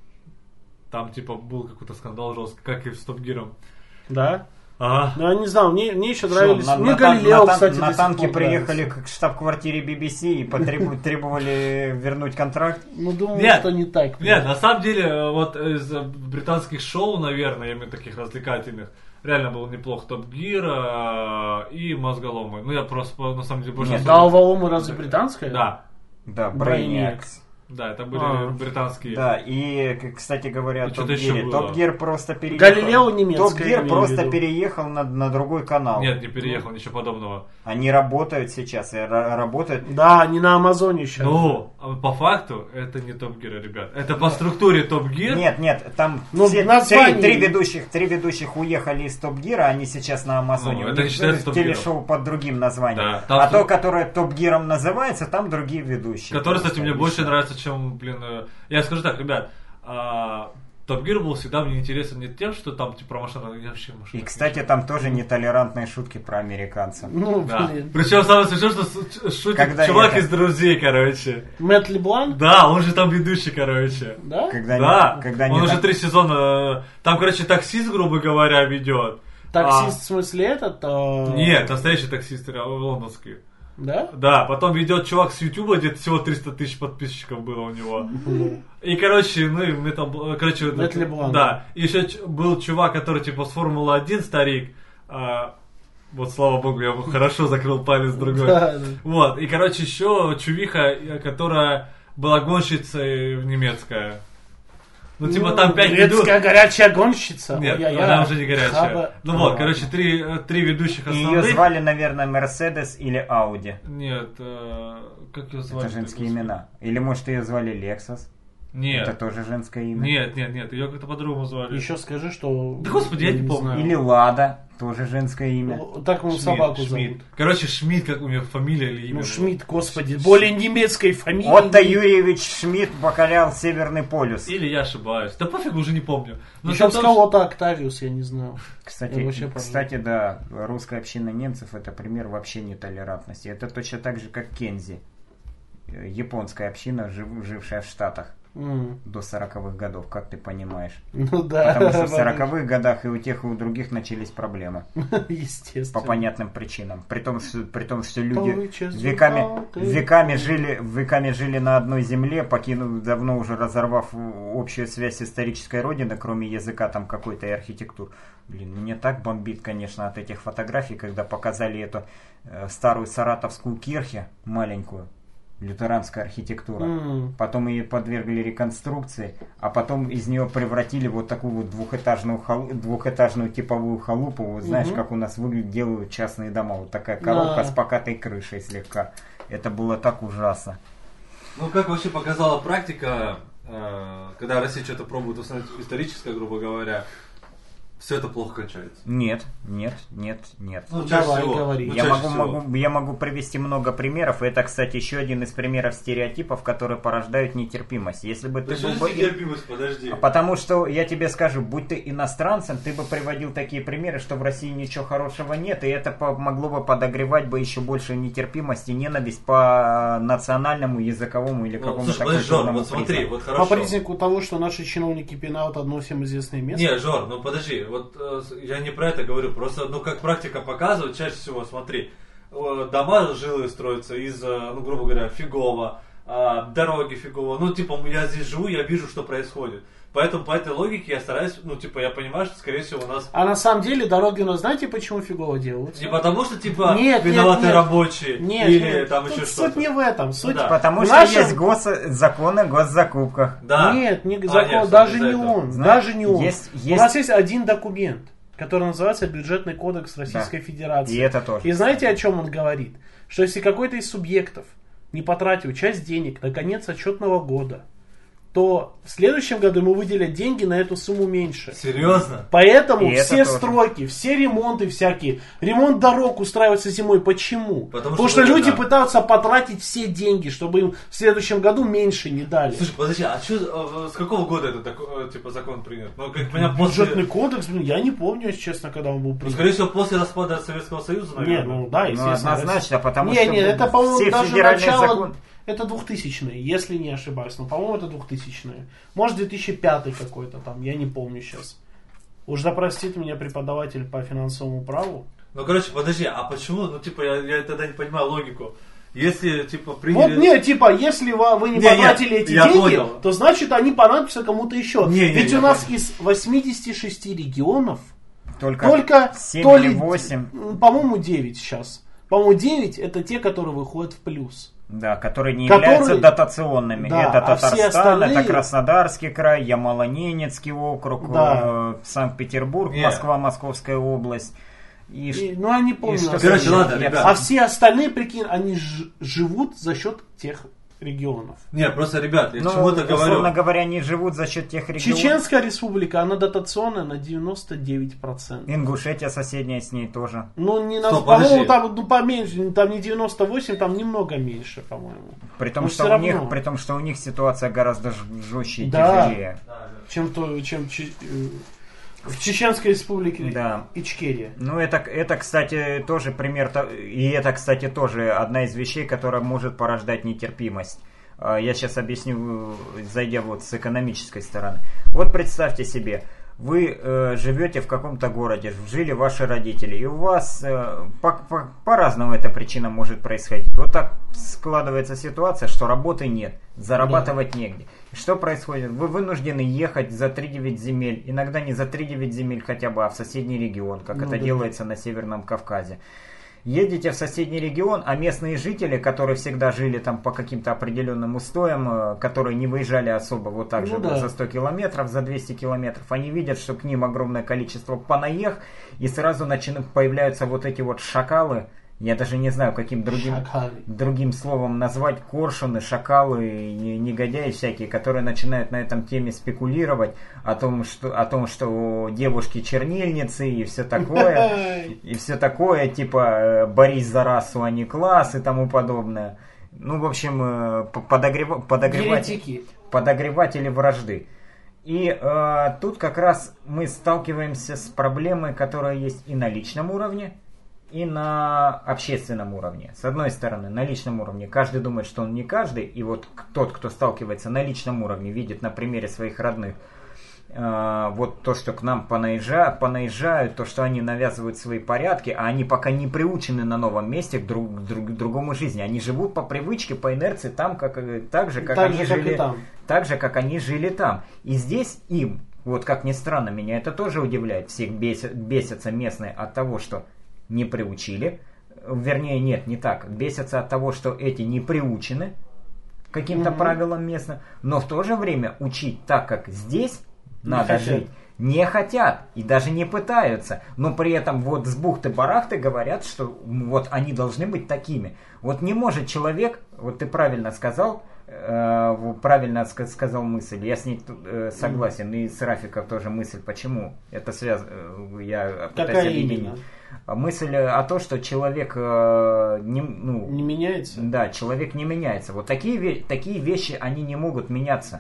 там, типа, был какой-то скандал жесткий, как и с Топ Гиром. Да? Ага. Ну, я не знаю, мне, мне еще Что, нравились... на, мне на тан- Галилео, на тан- кстати, на до сих танке пор приехали нравится. к штаб-квартире би би си и потребу- требовали вернуть контракт. Ну, думаю, Нет, что не так. Нет, на самом деле, вот из э, британских шоу, наверное, я имею таких развлекательных, реально был неплох Топ Гир э, и Мозголомы. Ну, я просто, на самом деле, больше... Нет, особо- Головоломы разве британская? Да. Да, Brainiacs. Brainiacs. Да, это были А. британские. Да, и, к- кстати говоря, И Топ что-то еще Гир. было. Топ Гир просто переехал. Галилео немецкое, Топ я Гир имею в просто виду. переехал на, на другой канал. Нет, не переехал, ничего подобного. Они работают сейчас, и ра- работают. Да, они на Амазоне сейчас. Ну, а по факту, это не Топ Гир, ребят. Это по структуре Топ Гир. Нет, нет, там Ну, все- название- три, три ведущих, три ведущих уехали из Топ Гира, они сейчас на Амазоне. Ну, У это них не считается Топ Гиром. телешоу под другим названием. Да, там а что- то, которое Топ Гиром называется, там другие ведущие. Который, кстати, мне Просто больше обычно. нравится, чем, блин... э, Я скажу так, ребят, а, Топ Гир был всегда мне интересен не тем, что там, типа, про машину, я вообще машину. И, кстати, там тоже нетолерантные шутки про американцев. Ну, Да. блин. Причем самое смешное, что с- шутит Когда чувак это- из друзей, короче. Мэтт Леблан? Да, он же там ведущий, короче. Да? Когда Да, они, когда он они уже там- три сезона, э, там, короче, таксист, грубо говоря, ведет. Таксист, в смысле, этот? а, А, нет, настоящий таксист э, лондонский. Да? Да, потом ведет чувак с Ютуба, где-то всего триста тысяч подписчиков было у него. И, короче, ну, и мы там, э, короче, Мэтт это- Леблан. да. И еще ч- был чувак, который, типа, с Формулы один старик. а, вот, слава богу, я хорошо закрыл палец другой. Да, да. Вот, и, короче, еще чувиха, э, которая была гонщицей немецкая. Ну, типа, Ну, там пять грецкая горячая гонщица. Нет, Ой-ой-ой. она уже не горячая. Хаба. Ну вот, короче, три, э, три ведущих И ее основных. звали, наверное, Мерседес или Ауди. Нет, э, как ее звали? Это женские имена. Или, может, ее звали Лексус. Нет. Это тоже женское имя. Нет, нет, нет, ее как-то по-другому звали. Еще скажи, что... Да, господи, я не помню. знаю. Или Лада, тоже женское имя. Ну, так ему Шмидт, собаку Шмидт. зовут. Короче, Шмидт, как у меня фамилия или имя. Ну, было. Шмидт, господи, более немецкой фамилии. Отто Юрьевич Шмидт покорял Северный полюс. Или я ошибаюсь. Да пофиг, уже не помню. Но Еще суть в с том, что- кого-то Октавиус, я не знал. Кстати, Я вообще кстати, да, русская община немцев это пример вообще нетолерантности. Это точно так же, как Кензи. Э, Японская община, жив- жившая в Штатах М. до сороковых годов, как ты понимаешь. Ну да. Потому что в сороковых годах и у тех, и у других начались проблемы. Естественно. По понятным причинам. При том, что, при том, что люди Тысяча веками, зубов, веками, жили, веками жили на одной земле, покинув, давно уже разорвав общую связь с исторической родиной, кроме языка там какой-то и архитектуры. Блин, мне так бомбит, конечно, от этих фотографий, когда показали эту э, старую саратовскую кирхе, маленькую, лютеранская архитектура. М. Потом ее подвергли реконструкции, а потом из нее превратили вот такую вот двухэтажную, халу- двухэтажную типовую халупу. Вот знаешь, Мгм. как у нас выглядят, делают частные дома. Вот такая коробка Да. с покатой крышей слегка. Это было так ужасно. Ну, как вообще показала практика, э, когда Россия что-то пробует установить историческое, грубо говоря, все это плохо кончается. Нет, нет, нет, нет. Ну, чаще Давай, всего. говори. Ну, Я чаще могу, всего. могу, я могу привести много примеров. И это, кстати, еще один из примеров стереотипов, которые порождают нетерпимость. Если бы ты был бы... Подожди, терпимость, подожди. А Потому что, я тебе скажу, будь ты иностранцем, ты бы приводил такие примеры, что в России ничего хорошего нет, и это по- могло бы подогревать бы еще больше нетерпимость и ненависть по национальному, языковому или Ну, какому-то слушай, подожди, Жор, культурному вот смотри, признаку. вот По хорошо. признаку того, что наши чиновники пинают одно всем известное место. Не, Жор, ну подожди, вот э, я не про это говорю, просто, ну, как практика показывает, чаще всего, смотри, э, дома жилые строятся из, э, ну, грубо говоря, фигово, э, дороги фигово, ну, типа, я здесь живу, я вижу, что происходит. Поэтому по этой логике я стараюсь, ну, типа, я понимаю, что, скорее всего, у нас А на самом деле дороги у нас, знаете, почему фигово делаются? не потому, что, типа, Нет, нет, виноваты нет. рабочие, Нет, или нет, там тут еще суть что-то. не в этом. Суть да. Потому в что нашем- есть гос... законы о госзакупках. Да. Нет, не А, закон, нет, даже всё, не из-за этого. он, Знаешь, даже не он. есть- У есть- нас есть один документ, который называется Бюджетный кодекс Российской Да. Федерации. И это тоже. И знаете, о чем он говорит? Что если какой-то из субъектов не потратил часть денег на конец отчетного года, то в следующем году ему выделят деньги на эту сумму меньше. Серьезно? Поэтому И это все тоже. стройки, все ремонты всякие, ремонт дорог устраивается зимой. Почему? Потому Потому, что что, люди выгодно. пытаются потратить все деньги, чтобы им в следующем году меньше не дали. Слушай, подожди, а что, с какого года это такой, э, типа, закон принят? Ну, как понятно, после... Бюджетный кодекс, блин, я не помню, если честно, когда он был Ну, принят. скорее всего, после распада Советского Союза, наверное. Нет, ну да, Ну, естественно. однозначно, потому не, что не, это, по-моему, все даже федеральные начало, законы... это двухтысячные, если не ошибаюсь, но, по-моему, это двухтысячные. Может, две тысячи пятый какой-то там, я не помню сейчас. Уж да простит меня преподаватель по финансовому праву. Ну, короче, подожди, а почему, ну, типа, я, я тогда не понимаю логику. Если, типа, приняли... Вот не, типа, если вы, вы не, Не, потратили нет, эти я деньги, понял. то значит они понадобятся кому-то еще. Не, не, Ведь я у нас понял. из восьмидесяти шести регионов Только, только семь то или ли, восемь. м, по-моему, девять сейчас. По-моему, девять это те, которые выходят в плюс. Да, которые не которые, являются дотационными. Да, это а Татарстан, остальные... это Краснодарский край, Ямало-Ненецкий округ, да. э, Санкт-Петербург, Нет. Москва, Московская область. И, И, ну, я не помню. что- Короче, ладно, ребят. А все остальные, прикинь, они ж- живут за счет тех регионов. Не, просто, ребят, я ну, к чему-то условно говорю. говоря, они живут за счет тех регионов. Чеченская республика, она дотационная на девяносто девять процентов. Ингушетия соседняя с ней тоже. Ну, не на, Стоп, по-моему, подожди. там ну, поменьше, там не девяносто восемь, там немного меньше, по-моему. При том, Но что всё у них, равно. при том, что у них ситуация гораздо ж- жестче и Да. тяжелее. Чем, то, чем че- э, в Чеченской республике Да. Ичкерия. Ну, это, это, кстати, тоже пример, то- и это, кстати, тоже одна из вещей, которая может порождать нетерпимость. А, Я сейчас объясню, зайдя вот с экономической стороны. Вот представьте себе, вы э, живете в каком-то городе, жили ваши родители, и у вас э, по, по, по-разному эта причина может происходить. Вот так складывается ситуация, что работы нет, зарабатывать негде. И что происходит? Вы вынуждены ехать за три-девять земель, иногда не за три-девять земель хотя бы, а в соседний регион, как Ну это да. делается на Северном Кавказе. Едете в соседний регион, а местные жители, которые всегда жили там по каким-то определенным устоям, э, которые не выезжали особо вот так же Ну да. за сто километров, за двести километров, они видят, что к ним огромное количество панаех, и сразу начинают, появляются вот эти вот шакалы, я даже не знаю, каким другим, Шакалы. другим словом назвать, коршуны, шакалы и негодяи всякие, которые начинают на этом теме спекулировать, о том, что, о том, что девушки чернильницы и все такое. И все такое, типа э, борись за расу, а не класс и тому подобное. Ну, в общем, э, п- подогрев- подогревать, Еретики. подогреватели вражды. И э, тут как раз мы сталкиваемся с проблемой, которая есть и на личном уровне, и на общественном уровне. С одной стороны, на личном уровне каждый думает, что он не каждый, и вот тот, кто сталкивается на личном уровне, видит на примере своих родных, э, вот то, что к нам понаезжают, понаезжают, то, что они навязывают свои порядки, а они пока не приучены на новом месте к, друг, к друг- к другому жизни. Они живут по привычке, по инерции, там, как, э, так же, как Так они же, как и жили там. так же, как они жили там. И здесь им, вот как ни странно, меня это тоже удивляет, всех бесят, бесятся местные от того, что не приучили. Вернее, нет, не так. Бесятся от того, что эти не приучены к каким-то Мгм. правилам местным, но в то же время учить так, как здесь Не надо хотят. жить, не хотят и даже не пытаются. Но при этом вот с бухты-барахты говорят, что вот они должны быть такими. Вот не может человек, вот ты правильно сказал, э, правильно ска- сказал мысль, я с ней э, согласен, и с Рафиком тоже мысль, почему это связано, я пытаюсь Какая объединить. именно? Мысль о том, что человек э, не, ну, Не меняется? да, человек не меняется. Вот такие, ве- такие вещи, они не могут меняться.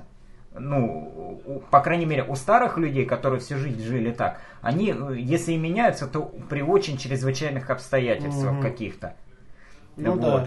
Ну, у- по крайней мере, у старых людей, которые всю жизнь жили так, они, э, если и меняются, то при очень чрезвычайных обстоятельствах Мгм. каких-то. Ну Вот. да.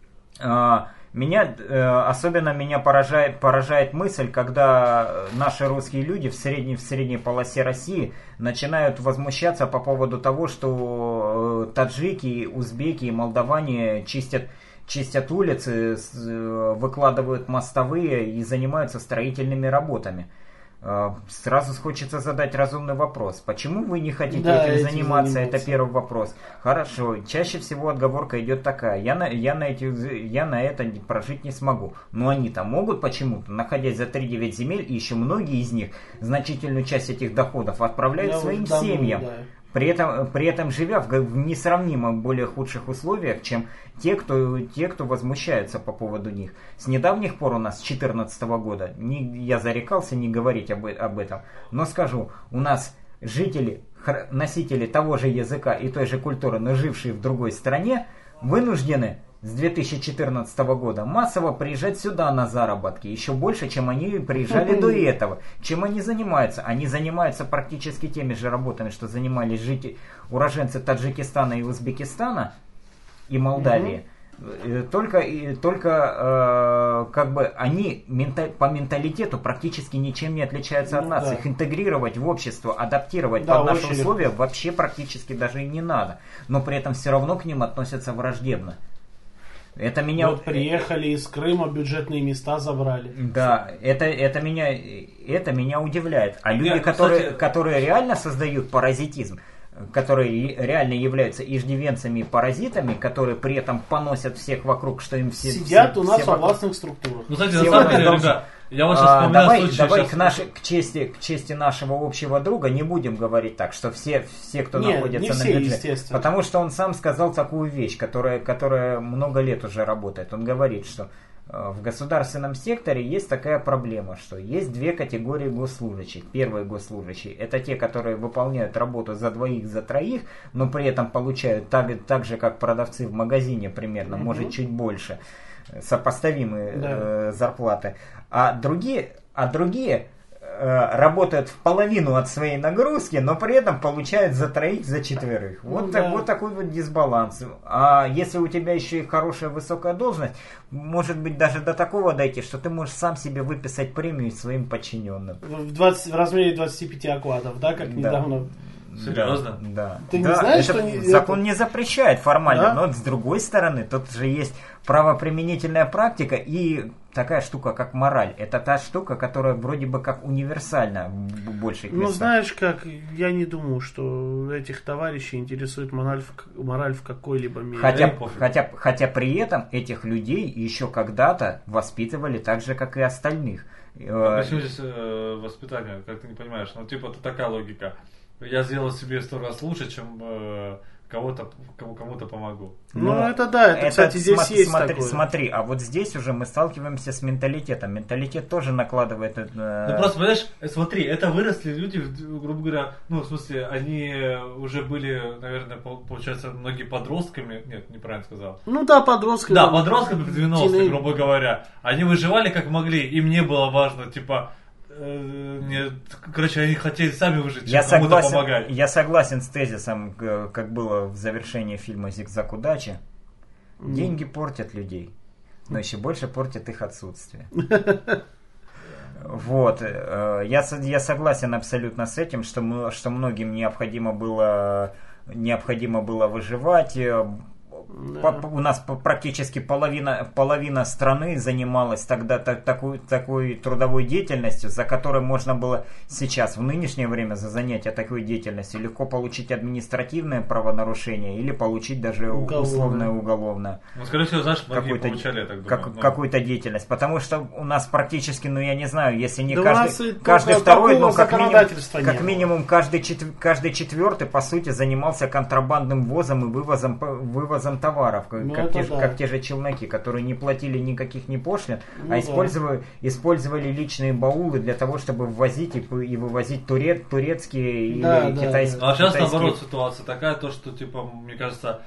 А, Меня, э, особенно меня поражает, поражает мысль, когда наши русские люди в средней, в средней полосе России начинают возмущаться по поводу того, что э, таджики, узбеки и молдаване чистят, чистят улицы, с- э, выкладывают мостовые и занимаются строительными работами. Э, Сразу хочется задать разумный вопрос. Почему вы не хотите Да, этим этим заниматься? заниматься. Это первый вопрос. Хорошо, чаще всего отговорка идет такая. Я на, я на, эти, я на это не- прожить не смогу. Но они-то могут почему-то, находясь за три-девять земель, и еще многие из них значительную часть этих доходов отправляют Я своим вот давно, семьям. да. При этом, при этом живя в, г- в несравнимо более худших условиях, чем те кто, те, кто возмущаются по поводу них. С недавних пор у нас, с две тысячи четырнадцатого года, не, я зарекался не говорить об, об этом, но скажу, у нас жители, хр- носители того же языка и той же культуры, но жившие в другой стране, вынуждены с две тысячи четырнадцатого года массово приезжать сюда на заработки, еще больше, чем они приезжали до этого. Чем они занимаются? Они занимаются практически теми же работами, что занимались жители, уроженцы Таджикистана и Узбекистана и Молдавии. Э, Только, и- только э, как бы они мента- по менталитету практически ничем не отличаются от Ну нас. да. Их интегрировать в общество, адаптировать Да, под наши очень условия вообще практически даже и не надо. Но при этом все равно к ним относятся враждебно. Это меня... Вот приехали из Крыма, бюджетные места забрали. Да, это, это, меня, это меня удивляет. А люди, Нет, которые, кстати- которые реально создают паразитизм, которые реально являются иждивенцами и паразитами, которые при этом поносят всех вокруг, что им все... Сидят все, у нас все во властных структурах. Ну, кстати, на самом деле, ребят, я вот сейчас а, давай, случай, давай сейчас... к, нашей, к, чести, к чести нашего общего друга не будем говорить так, что все, все кто не, находится не на все, метле, естественно. потому что он сам сказал такую вещь, которая, которая много лет уже работает. Он говорит, что э, в государственном секторе есть такая проблема, что есть две категории госслужащих. Первые госслужащие — это те, которые выполняют работу за двоих, за троих, но при этом получают так, так же, как продавцы в магазине примерно, mm-hmm. может чуть больше, сопоставимые да. э, зарплаты. А другие, а другие э, работают в половину от своей нагрузки, но при этом получают за троих, за четверых. Вот, ну, так, да. вот такой вот дисбаланс. А если у тебя еще и хорошая высокая должность, может быть даже до такого дойти, что ты можешь сам себе выписать премию своим подчиненным. В, двадцать, в размере двадцати пяти окладов, да, как да. недавно... Серьезно? Да. Ты да. не знаешь, это что... Не, закон это... не запрещает формально, да? но с другой стороны, тут же есть правоприменительная практика и такая штука, как мораль. Это та штука, которая вроде бы как универсальна в больших местах. Ну, знаешь как, я не думаю, что этих товарищей интересует мораль в, мораль в какой-либо мере. Хотя, хотя, хотя при этом этих людей еще когда-то воспитывали так же, как и остальных. А почему здесь э, воспитание, как ты не понимаешь? Ну, типа, это такая логика. Я сделал себе сто раз лучше, чем э, кого-то, кому, кому-то помогу. Ну, ну это да, это, это кстати, здесь смотри, есть смотри, такое. Смотри, а вот здесь уже мы сталкиваемся с менталитетом. Менталитет тоже накладывает... Э... Ну, просто, понимаешь, смотри, это выросли люди, грубо говоря, ну, в смысле, они уже были, наверное, получается, многие подростками, нет, неправильно сказал. Ну да, подростками. Да, подростками в девяностых, Тиней... грубо говоря. Они выживали как могли, им не было важно, типа... Нет, короче, они хотели сами выжить, я кому-то согласен, помогать. Я согласен с тезисом, как было в завершении фильма «Зигзаг удачи». Mm. Деньги портят людей, но еще больше портят их отсутствие. Вот. Я, я согласен абсолютно с этим, что, мы, что многим необходимо было, необходимо было выживать. Да. По, у нас практически половина, половина страны занималась тогда так, такой, такой трудовой деятельностью, за которой можно было сейчас, в нынешнее время, за занятие такой деятельностью легко получить административное правонарушение или получить даже уголовное. условное уголовное. Ну, скорее всего, знаешь, многие получали, я так думаю. Как, но... Какую-то деятельность. Потому что у нас практически, ну я не знаю, если не да каждый, каждый второй, но как минимум, как минимум каждый, четвер, каждый четвертый, по сути, занимался контрабандным ввозом и вывозом, вывозом товаров, ну, как, те, да. как те же челноки, которые не платили никаких ни пошлин, ну, а использовали, да. использовали личные баулы для того, чтобы ввозить и, и вывозить турет, турецкие да, или да, китайские. Да. А сейчас наоборот ситуация такая, то что, типа, мне кажется,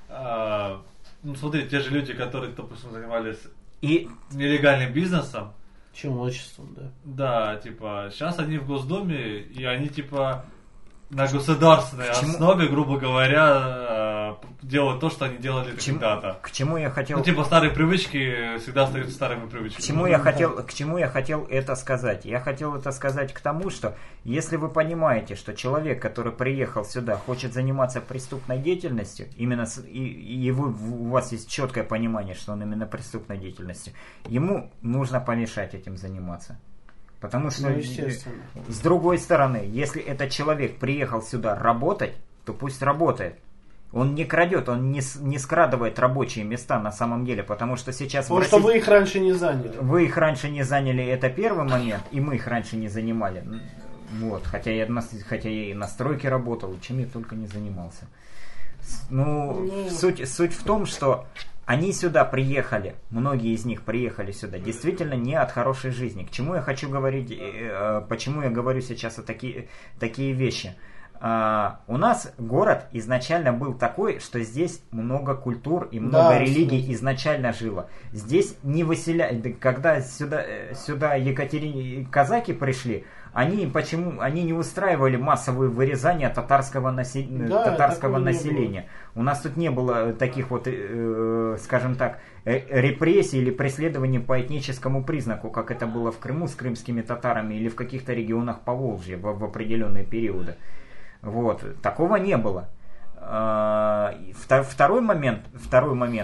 э, ну смотри, те же люди, которые, допустим, занимались и... нелегальным бизнесом, челночеством, да. Да, типа, сейчас они в Госдуме, и они, типа, на государственной основе, грубо говоря, делают то, что они делали когда-то. К чему я хотел... Ну, типа, старые привычки всегда остаются старыми привычками. К чему, я хотел, к чему я хотел это сказать? Я хотел это сказать к тому, что если вы понимаете, что человек, который приехал сюда, хочет заниматься преступной деятельностью, именно с, и, и вы, у вас есть четкое понимание, что он именно преступной деятельностью, ему нужно помешать этим заниматься. Потому что, ну, с другой стороны, если этот человек приехал сюда работать, то пусть работает. Он не крадет, он не, не скрадывает рабочие места на самом деле, потому что сейчас... Потому России... что вы их раньше не заняли. Вы их раньше не заняли, это первый момент, и мы их раньше не занимали. Вот, хотя я, хотя я и на стройке работал, чем я только не занимался. Ну, ну... Суть, суть в том, что... Они сюда приехали, многие из них приехали сюда, действительно не от хорошей жизни. К чему я хочу говорить, э, почему я говорю сейчас о такие, такие вещи. Э, у нас город изначально был такой, что здесь много культур и много да, религий абсолютно. Изначально жило. Здесь не выселяли, когда сюда, сюда Екатерине казаки пришли, они почему они не устраивали массовые вырезания татарского, насе... да, татарского населения. У нас тут не было таких вот, э, скажем так, э, репрессий или преследований по этническому признаку, как это было в Крыму с крымскими татарами или в каких-то регионах Поволжья в, в определенные периоды. Вот. Такого не было. Второй момент, второй момент.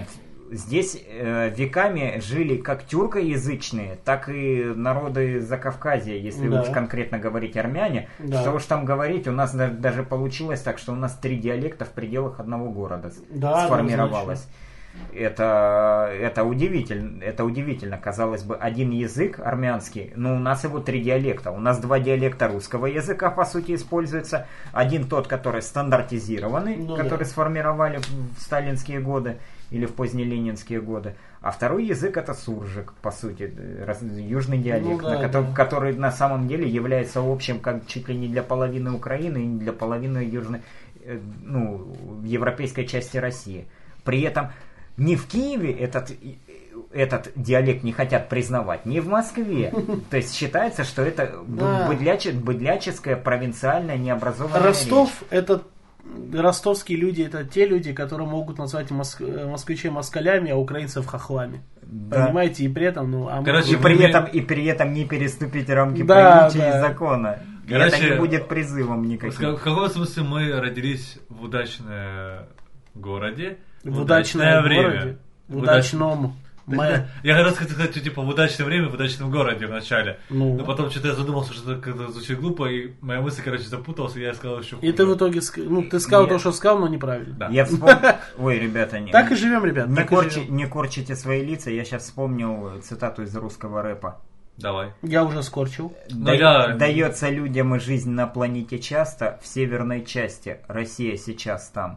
здесь э, веками жили как тюркоязычные, так и народы Закавказья, если Да. уж конкретно говорить армяне. Да. Что уж там говорить, у нас да- даже получилось так, что у нас три диалекта в пределах одного города с- Да, сформировалось. Это, это удивительно, это удивительно, казалось бы, один язык армянский, но у нас его три диалекта. У нас два диалекта русского языка, по сути, используется. Один тот, который стандартизированный, Ну который да. сформировали в сталинские годы или в позднеленинские годы. А второй язык это суржик, по сути, раз- южный диалект, Ну да, на кото- да. который на самом деле является общим как чуть ли не для половины Украины и для половины южной, э, ну, европейской части России. При этом ни в Киеве этот, этот диалект не хотят признавать, ни в Москве. То есть считается, что это Да. быдляче- быдляческая, провинциальная, необразованная Ростов это ростовские люди, это те люди, которые могут назвать моск... москвичей москалями, а украинцев хохлами. Да. Понимаете, и при этом, ну, а мы- Короче, И при, этом, и при этом не переступить рамки Да, приличия и да. закона. И Короче, это не будет призывом В никаким. ка- в каком смысле мы родились в удачном городе, в удачном городе, в Удач- удачном. Мы- Я как раз хотел сказать, что, типа, в удачное время, в удачном городе в начале. Ну. Но потом что-то я задумался, что это как-то звучит глупо, и моя мысль, короче, запуталась, и я сказал еще И ты в итоге, ск- ну, ты сказал Нет. то, что сказал, но неправильно. Да. Я вспомнил... Ой, ребята, не, Так и живем, ребят. не, так и корчи- живем. не корчите свои лица. Я сейчас вспомнил цитату из русского рэпа. Давай. Я уже скорчил. Ну, Да- я- Дается людям и жизнь на планете часто, в северной части. Россия сейчас там.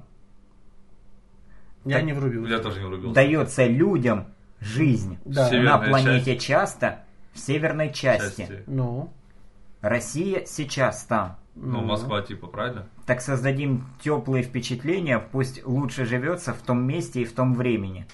Я Так, не врубился. Я тоже не врубился. Дается людям жизнь Да. на Северная планете часто, в северной части. Части. Ну, Россия сейчас там. Ну, Москва, типа, правильно? Так создадим теплые впечатления, пусть лучше живется в том месте и в том времени.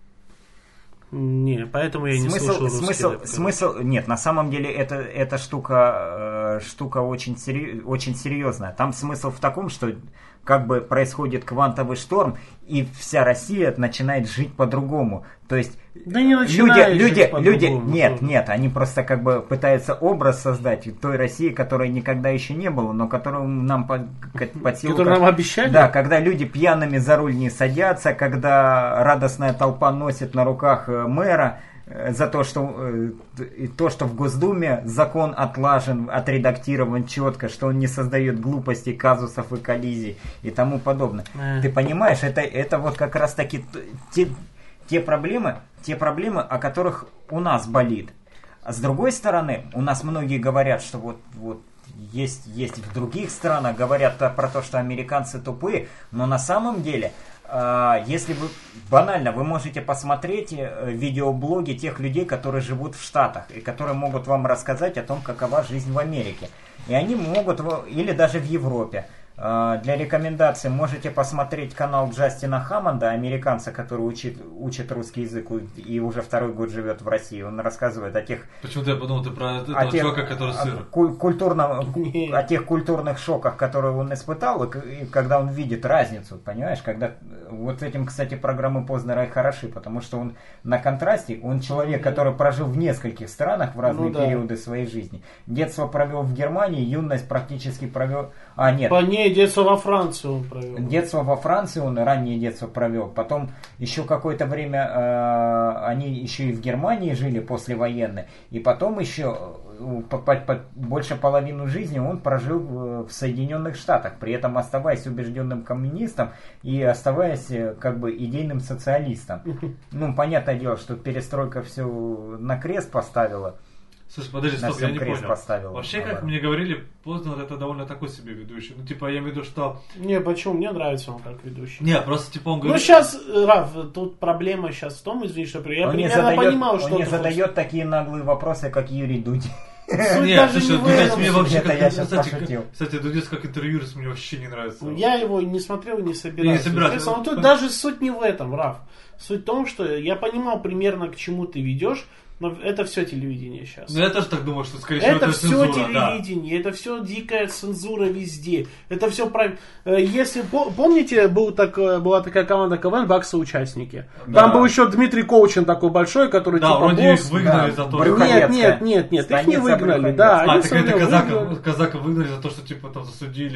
не, поэтому я не смысл, слушал русский смысл, рэп, короче. смысл, нет, на самом деле это, эта штука, э, штука очень, сери- очень серьезная. Там смысл в таком, что как бы происходит квантовый шторм, и вся Россия начинает жить по-другому. То есть Да не люди, начинай жить люди, люди, по-другому, нет, что? нет, они просто как бы пытаются образ создать той России, которой никогда еще не было, но которую нам под, под силу. Которую как- нам обещали? Да, когда люди пьяными за руль не садятся, когда радостная толпа носит на руках э, мэра э, за то, что э, и то, что в Госдуме закон отлажен, отредактирован четко, что он не создает глупостей, казусов и коллизий и тому подобное. Э. Ты понимаешь, это, это вот как раз таки т- те, те проблемы, те проблемы, о которых у нас болит. А с другой стороны, у нас многие говорят, что вот, вот есть, есть в других странах, говорят про то, что американцы тупые, но на самом деле, э, если вы, банально, вы можете посмотреть э, видеоблоги тех людей, которые живут в Штатах, и которые могут вам рассказать о том, какова жизнь в Америке. И они могут, в- или даже в Европе. Э, Для рекомендаций можете посмотреть канал Джастина Хаммонда, американца, который учит, учит русский язык у- и уже второй год живет в России. Он рассказывает о тех Почему-то я подумал, ты про о этого тех, чувака, который о сыр. куль- культурном- Не. о тех культурных шоках, которые он испытал, и, к- и когда он видит разницу, понимаешь, когда вот этим, кстати, программы Познера и хороши, потому что он на контрасте, он человек, который прожил в нескольких странах в разные Ну да. периоды своей жизни. Детство провел в Германии, юность практически провел, а нет, По ней детство во Францию он провел. детство во Франции он раннее детство провел. Потом еще какое-то время э, они еще и в Германии жили послевоенной. И потом еще э, по- по- по- больше половину жизни он прожил в, в Соединенных Штатах. При этом оставаясь убежденным коммунистом и оставаясь э, как бы идейным социалистом. Ну, понятное дело, что перестройка все на крест поставила. Слушай, подожди, На стоп, я всем не крест понял. поставил, Вообще, как наоборот. мне говорили, Познер это довольно такой себе ведущий. Ну, типа, я имею в виду, что... Не, почему? Мне нравится он как ведущий. Не, просто, типа, он Ну, говорит... сейчас, Раф, тут проблема сейчас в том, извини, что я он не примерно задает, понимал, он что не ты задает такие наглые вопросы, как Юрий Дудь. Суть Не, даже слушай, не в Дудец этом. мне вообще Это как... я щас кстати, пошутил. как- кстати, Дудец как интервьюер мне вообще не нравится. Ну, я его не смотрел и не собирался. Не собирался. Честно, но тут даже суть не в этом, Раф. Суть в том, что я понимал примерно, к чему ты ведешь, но это все телевидение сейчас. Ну, я тоже так думаю, что, скорее всего, Это это все цензура, да. телевидение, это все дикая цензура везде. Это все про... Э, Если по- помните, был такое, была такая команда КВН «Баксы участники». Да. Там был еще Дмитрий Коучин такой большой, который Да, типа вроде босс. их выгнали да, за то, Брюховец. что... Нет, Брюховецкая. нет, нет, нет, их не Станица выгнали, Брюховец. да. А, они так сами это казаков, выгнали. казаков выгнали за то, что, типа, там засудили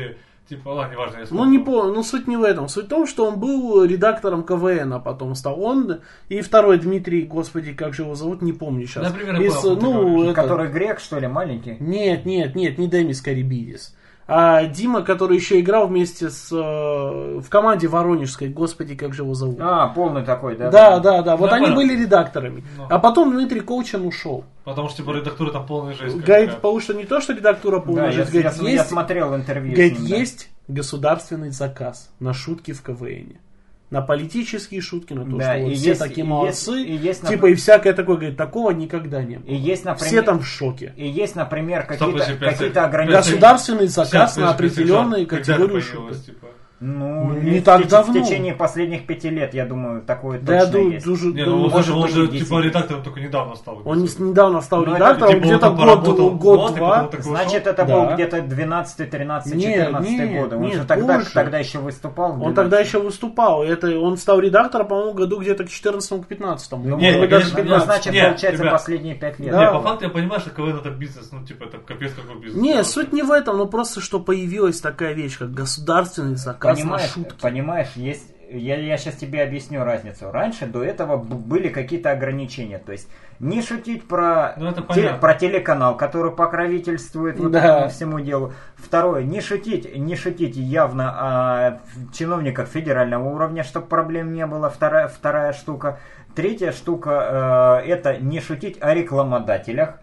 Типа, ладно, неважно, я Ну, не помню, ну суть не в этом. Суть в том, что он был редактором КВН, а потом стал он. И второй Дмитрий, господи, как же его зовут, не помню сейчас. Например, Из, понял, ну, это... Который грек, что ли, маленький? Нет, нет, нет, не Демис Карибидис. А Дима, который еще играл вместе с... Э, в команде воронежской, господи, как же его зовут. А, полный такой, да? Да, да, да. Вот Я они понял. были редакторами. Ну. А потом Дмитрий Коучин ушел. Потому что, типа, редактура там полная жесть. Говорит, потому что не то, что редактура Да, полная я, жизнь, я- говорит, я есть, смотрел интервью говорит, с ним. да. есть государственный заказ на шутки в КВН. На политические шутки, на то, Да, что вот и все есть- такие и молодцы. есть- и есть, типа и всякое такое, говорит, такого никогда не было. И есть, например, Все там в шоке. И есть, например, Стоп, какие-то, подожди, пять какие-то секунд. ограничения. Государственный заказ Сейчас, на подожди, определенные когда это категории появилось, шуток. типа? Ну, Ну, не в так те- давно. В течение последних пяти лет, я думаю, такое Да, я точно ду- есть. дуже- Не, думаю, ну он может же, он быть, же и типа десять. редактором только недавно стал. Он не- недавно стал Ну, это, редактором, типа, он где-то там поработал год- год, и год-два. потом такой Значит, ушел? это Да. был где-то двенадцатый, тринадцатый, Нет, четырнадцатый нет, годы. Он нет, же тогда, позже. тогда еще выступал. в Он двенадцатом. тогда еще выступал. Это, он стал редактором, по-моему, году где-то к четырнадцатому, к пятнадцатому. Ну, Не, может быть, не, даже не, пятнадцать, не, значит, не, получается, ребят. последние пять лет. Да. Не, по факту я понимаю, что КВН это бизнес, ну типа это капец какой бизнес. Не, Потому суть что- не в этом, но просто, что появилась такая вещь, как государственный заказ Понимаешь, на шутки. понимаешь, есть, я, я сейчас тебе объясню разницу. Раньше до этого б- были какие-то ограничения. То есть не шутить про, Ну, это те- понятно. про телеканал, который покровительствует вот Да. этому всему делу. Второе, не шутить, не шутить явно о чиновниках федерального уровня, чтобы проблем не было. Вторая, вторая штука. Третья штука, э, это не шутить о рекламодателях.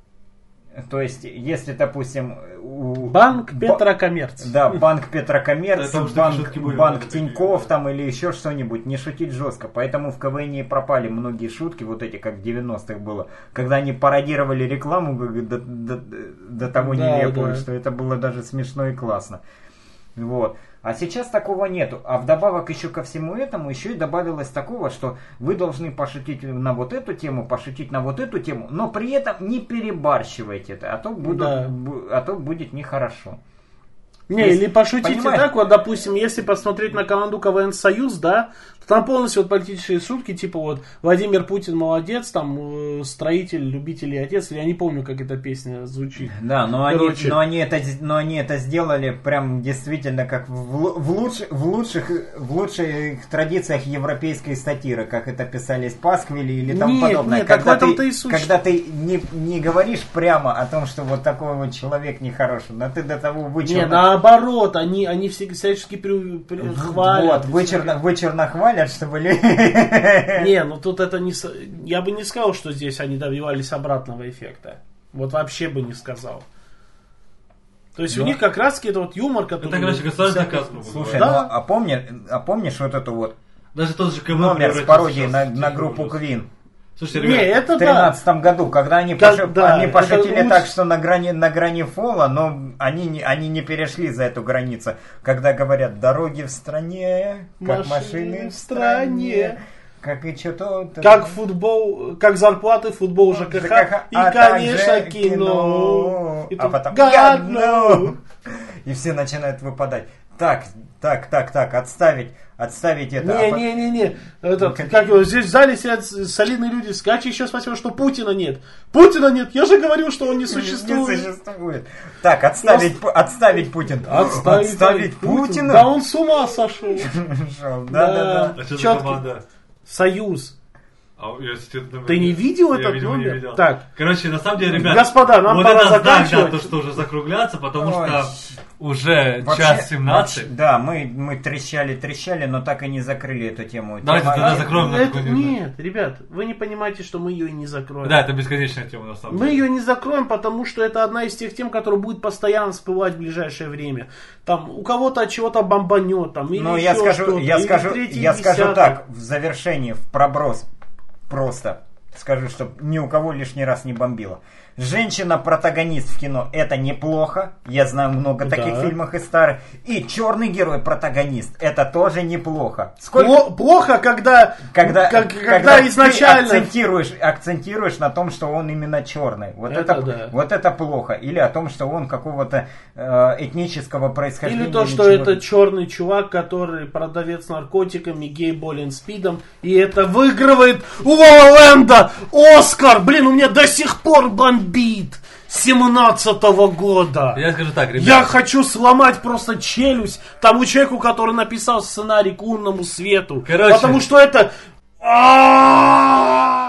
То есть, если, допустим, у... Банк ба- Петрокоммерц. Да, банк Петрокоммерц, Потому что банк, шутки были банк вот такие, Тинькофф да. там или еще что-нибудь, не шутить жестко. Поэтому в КВН и пропали многие шутки, вот эти, как в девяностых было, когда они пародировали рекламу до, до- до того Да, нелепого, да. что это было даже смешно и классно. Вот. А сейчас такого нету. А вдобавок еще ко всему этому еще и добавилось такого, что вы должны пошутить на вот эту тему, пошутить на вот эту тему, но при этом не перебарщивайте это, а то, будут, Да. бу- а то будет нехорошо. Не, Есть- или пошутите понимаешь? так, вот, допустим, если посмотреть на команду КВН «Союз», да, то там полностью вот политические шутки, типа вот Владимир Путин молодец, там э, строитель, любитель и отец, я не помню, как эта песня звучит. Да, но они, Короче. но, они это, но они это сделали прям действительно как в, лу- в, луч, в, лучших, в лучших традициях европейской сатиры, как это писали с Пасквили или тому Нет, подобное. нет, так в когда этом-то ты, и суть. когда ты не, не говоришь прямо о том, что вот такой вот человек нехороший, но ты до того Не, вычурно... наоборот, они, они все всячески при, при- хвалят. Вот, вычурно, вычурно хвалят, чтобы... ли- Не, ну тут это не... с- Я бы не сказал, что здесь они добивались обратного эффекта. Вот вообще бы не сказал. То есть у Ну. них как раз таки это вот юмор, который... Это, короче, государственный всякий- заказ, грубо Слушай, говоря. Да. ну, а, помни, а помнишь вот эту вот Даже тот же КВН номер с превратился пародией сейчас на, в на тихий группу ужас. Queen? Слушайте, Не, ребят, это В да. тринадцатом году, когда они, Как- пошу- да, они это пошутили лучше- так, что на грани, на грани фола, но они, не- они не перешли за эту границу. Когда говорят, дороги в стране, как машины, в стране, как и что-то... Как футбол, как зарплаты, футбол, ЖКХ и, а конечно, также кино. И А тут потом God God knows. knows. И все начинают выпадать. Так, так, так, так, отставить, отставить это. А по- Не-не-не-не. Этот, Ну, как- как его, здесь в зале сидят с- солидные люди. Скажите еще спасибо, что Путина нет. Путина нет. Я же говорил, что он не Не существует. существует. Так, отставить, Пу- отставить Путин. Отставить, Отставить Путина. Путина. Да он с ума сошел. Шел. Да, да, да. а что за Чётко. команда? Союз. А, я, кстати, это- Ты не видел я, этот видимо, не номер? видел. Так. Короче, на самом деле, ребят, Господа, нам вот пора это знак, заканчивать. да, то, что уже закругляться, потому Ой. что уже Вообще- час семнадцать. вообще- Да, мы, мы трещали, трещали, но так и не закрыли эту тему. Давайте Тема- тогда закроем на Это- такой неделе. Нет, ребят, вы не понимаете, что мы ее и не закроем. Да, это бесконечная тема на самом Мы деле. ее не закроем, потому что это одна из тех тем, которая будет постоянно всплывать в ближайшее время. Там у кого-то от чего-то бомбанет, там, или Ну, еще я скажу, что-то, я или скажу, третье, я скажу десятое. так, в завершении, в проброс, просто скажу, чтобы ни у кого лишний раз не бомбило. Женщина-протагонист в кино — это неплохо. Я знаю много Да. таких фильмов и старых. И черный герой-протагонист — это тоже неплохо. Сколько... Пло- Плохо, когда, Когда, как- когда, когда изначально... ты акцентируешь, акцентируешь на том, что он именно черный. Вот Это это, да. вот это плохо. Или о том, что он какого-то э, этнического происхождения. Или то, что чего-то. это черный чувак, который продавец наркотиками, гей, болен спидом, и это выигрывает у Ла Ла Ленда Оскар! Блин, у меня до сих пор бомбит! семнадцатого года. Я скажу так, ребята. Я хочу сломать просто челюсть тому человеку, который написал сценарий к «Лунному свету». Короче. Потому что это...